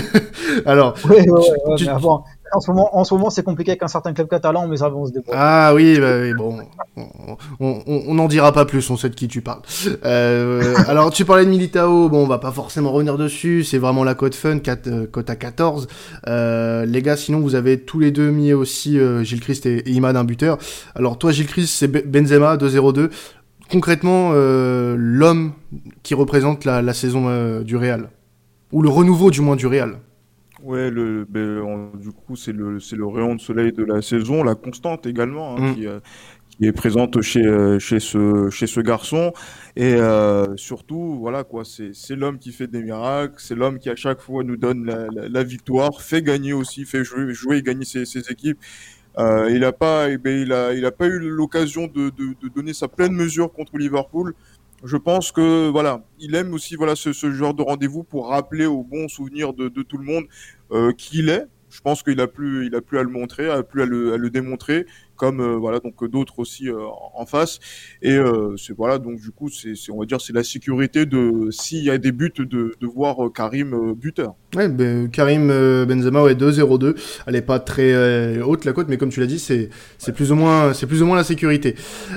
Alors Ouais, ouais, ouais, tu- ouais, tu- mais bon, en ce moment, en ce moment, c'est compliqué avec un certain club catalan, mais ça va, on se débrouille. ah oui, bah, oui, bon, on- on on- on n'en dira pas plus, on sait de qui tu parles. Euh, alors tu parlais de Militao, bon, on va pas forcément revenir dessus, c'est vraiment la cote fun, quatre- euh, cote à quatorze. Euh, les gars, sinon vous avez tous les deux mis aussi euh, Gilles Christ et, et Imad un buteur. Alors toi, Gilles Christ, c'est Be- Benzema deux zéro deux. Concrètement, euh, l'homme qui représente la, la saison euh, du Real, ou le renouveau du moins du Real. Ouais, le, ben, on- du coup, c'est le, c'est le rayon de soleil de la saison, la constante également, hein, Mm. qui, euh, qui est présente chez, euh, chez ce, chez ce garçon. Et euh, surtout, voilà quoi, c'est, c'est l'homme qui fait des miracles, c'est l'homme qui à chaque fois nous donne la, la, la victoire, fait gagner aussi, fait jouer, jouer et gagner ses, ses équipes. Euh, il a pas, eh ben, il a, il a pas eu l'occasion de, de, de donner sa pleine mesure contre Liverpool. Je pense que voilà, il aime aussi voilà ce, ce genre de rendez-vous pour rappeler au bon souvenir de, de tout le monde euh, qui il est. Je pense qu'il a plus, il a plus à le montrer, a plus à le, à le démontrer, comme euh, voilà donc d'autres aussi euh, en face. Et euh, c'est voilà donc du coup c'est, c'est on va dire c'est la sécurité de s'il y a des buts de, de voir euh, Karim euh, buteur. Ouais, ben, Karim euh, Benzema, ouais, deux zéro deux. Elle est pas très euh, haute la cote, mais comme tu l'as dit, c'est c'est plus ou moins c'est plus ou moins la sécurité.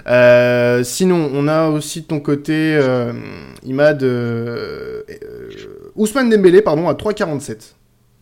Euh, sinon, on a aussi de ton côté euh, Imad euh, euh, Ousmane Dembélé, pardon, à trois quarante-sept.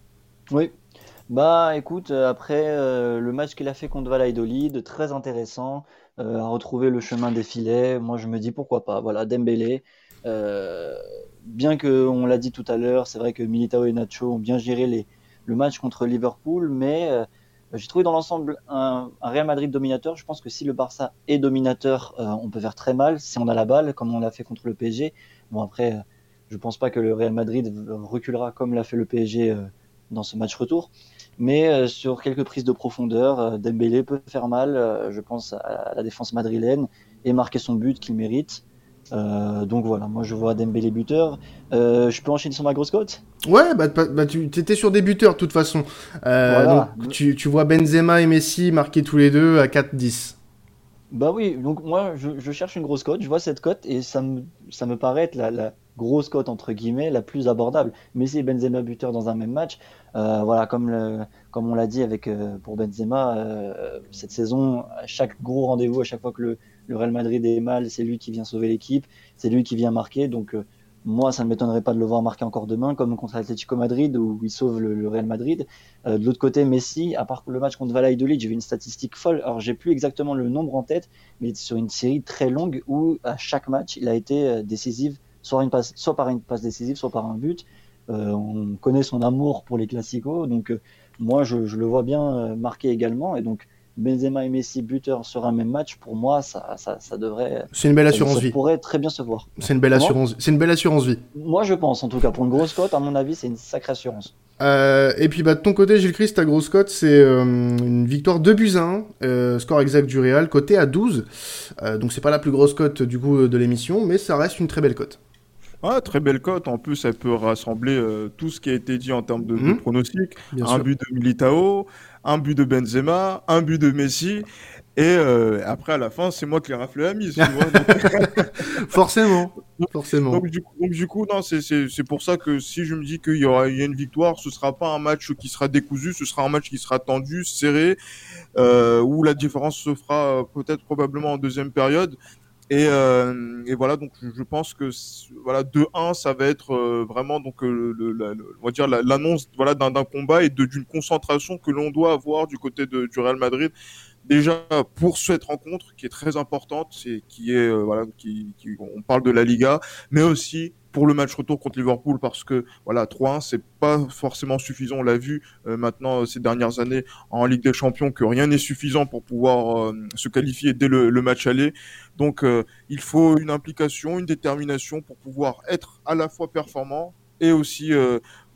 Oui. Bah écoute, euh, après euh, le match qu'il a fait contre Valladolid, très intéressant, euh, à retrouver le chemin des filets, moi je me dis pourquoi pas. Voilà, Dembélé, euh, bien que on l'a dit tout à l'heure, c'est vrai que Militao et Nacho ont bien géré les, le match contre Liverpool, mais euh, j'ai trouvé dans l'ensemble un, un Real Madrid dominateur. Je pense que si le Barça est dominateur, euh, on peut faire très mal si on a la balle, comme on l'a fait contre le P S G. Bon après, euh, je pense pas que le Real Madrid reculera comme l'a fait le P S G euh, dans ce match retour. Mais euh, sur quelques prises de profondeur, euh, Dembélé peut faire mal, euh, je pense, à la défense madrilène et marquer son but qu'il mérite. Euh, donc voilà, moi je vois Dembélé buteur. Euh, je peux enchaîner sur ma grosse cote? Ouais, bah, bah, bah, tu étais sur des buteurs de toute façon. Euh, Voilà. donc tu, tu vois Benzema et Messi marquer tous les deux à quatre dix. Bah oui, donc moi je, je cherche une grosse cote, je vois cette cote et ça me, ça me paraît être la, la grosse cote entre guillemets, la plus abordable. Messi et Benzema buteur dans un même match, euh, voilà, comme, le, comme on l'a dit avec, euh, pour Benzema, euh, cette saison, à chaque gros rendez-vous, à chaque fois que le, le Real Madrid est mal, c'est lui qui vient sauver l'équipe, c'est lui qui vient marquer, donc euh, moi ça ne m'étonnerait pas de le voir marquer encore demain, comme contre Atlético Madrid où il sauve le, le Real Madrid. Euh, de l'autre côté, Messi, à part le match contre Valladolid, j'ai vu une statistique folle. Alors, j'ai plus exactement le nombre en tête, mais sur une série très longue où à chaque match, il a été euh, décisif, soit, une passe, soit par une passe décisive, soit par un but. Euh, on connaît son amour pour les classicos, donc euh, moi, je, je le vois bien euh, marquer également. Et donc, Benzema et Messi buteurs sur un même match, pour moi, ça, ça, ça devrait, C'est une belle ça, assurance ça vie. pourrait très bien se voir. C'est une belle Comment assurance. C'est une belle assurance vie. Moi, je pense, en tout cas, pour une grosse cote, à mon avis, c'est une sacrée assurance. Euh, et puis bah de ton côté, Gilles Christ, ta grosse cote, c'est euh, une victoire deux buts à un, euh, score exact du Real, coté à douze. Euh, donc c'est pas la plus grosse cote du coup de l'émission, mais ça reste une très belle cote. Ah, très belle cote. En plus, elle peut rassembler euh, tout ce qui a été dit en termes de, de Mhm. pronostics. Bien Un sûr. but de Militao, un but de Benzema, un but de Messi. Et euh, après, à la fin, c'est moi qui ai raflé la mise, tu vois. Donc, Forcément, forcément. donc, du coup, donc, du coup, non, c'est, c'est, c'est pour ça que si je me dis qu'il y aura il y a une victoire, ce sera pas un match qui sera décousu, ce sera un match qui sera tendu, serré, euh, où la différence se fera euh, peut-être probablement en deuxième période. Et, euh, et voilà, donc je, je pense que c- voilà deux un, ça va être euh, vraiment donc euh, le, la- le- on va dire la- l'annonce voilà d'un, d'un combat et de, d'une concentration que l'on doit avoir du côté de, du Real Madrid. Déjà pour cette rencontre qui est très importante, c'est qui est euh, voilà qui, qui on parle de la Liga, mais aussi pour le match retour contre Liverpool parce que voilà trois un c'est pas forcément suffisant. On l'a vu euh, maintenant euh, ces dernières années en Ligue des Champions que rien n'est suffisant pour pouvoir euh, se qualifier dès le, le match aller. Donc euh, il faut une implication, une détermination pour pouvoir être à la fois performant et aussi euh,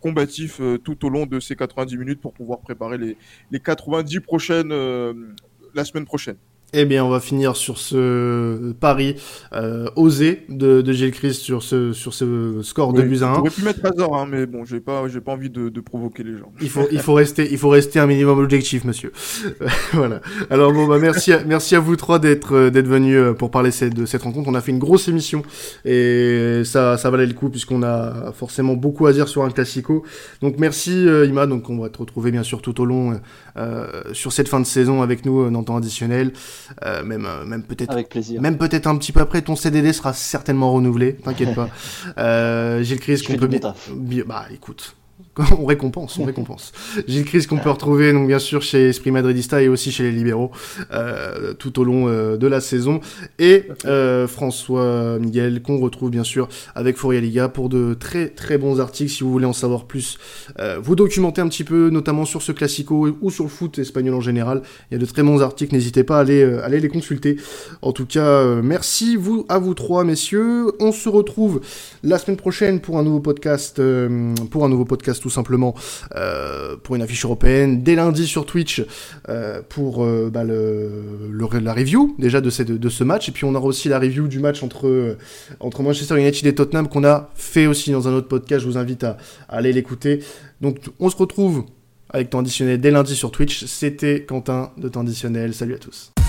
combatif euh, tout au long de ces quatre-vingt-dix minutes pour pouvoir préparer les, les quatre-vingt-dix prochaines euh, la semaine prochaine. Eh bien, on va finir sur ce pari euh, osé de, de Gilles Christ sur ce, sur ce score Oui, de buts à un. J'aurais pu mettre Hazard, hein, mais bon, j'ai pas, j'ai pas envie de, de provoquer les gens. Il faut, il faut rester, il faut rester un minimum objectif, monsieur. Voilà. Alors bon, bah merci, à, merci à vous trois d'être, d'être venus pour parler de cette rencontre. On a fait une grosse émission et ça, ça valait le coup puisqu'on a forcément beaucoup à dire sur un classico. Donc merci euh, Ima. Donc on va te retrouver bien sûr tout au long euh, sur cette fin de saison avec nous euh, dans temps additionnel. Euh, même, euh, même peut-être, Avec plaisir. même peut-être un petit peu après. Ton C D D sera certainement renouvelé. T'inquiète pas. Euh, Gilles Christ, qu'on peut bien, bien, bah écoute. On récompense, on récompense. Gilles Christ qu'on peut retrouver donc bien sûr chez Esprit Madridista et aussi chez les Libéraux euh, tout au long euh, de la saison, et euh, François Miguel qu'on retrouve bien sûr avec Fourier Liga pour de très très bons articles. Si vous voulez en savoir plus, euh, vous documenter un petit peu notamment sur ce classico ou sur le foot espagnol en général, il y a de très bons articles, n'hésitez pas à aller, euh, aller les consulter. En tout cas, euh, merci vous, à vous trois messieurs. On se retrouve la semaine prochaine pour un nouveau podcast, euh, pour un nouveau podcast tout simplement euh, pour une affiche européenne, dès lundi sur Twitch euh, pour euh, bah, le, le, la review déjà de, ces, de, de ce match, et puis on aura aussi la review du match entre, euh, entre Manchester United et Tottenham qu'on a fait aussi dans un autre podcast, je vous invite à, à aller l'écouter. Donc on se retrouve avec Temps Additionnel dès lundi sur Twitch. C'était Quentin de Temps Additionnel, salut à tous.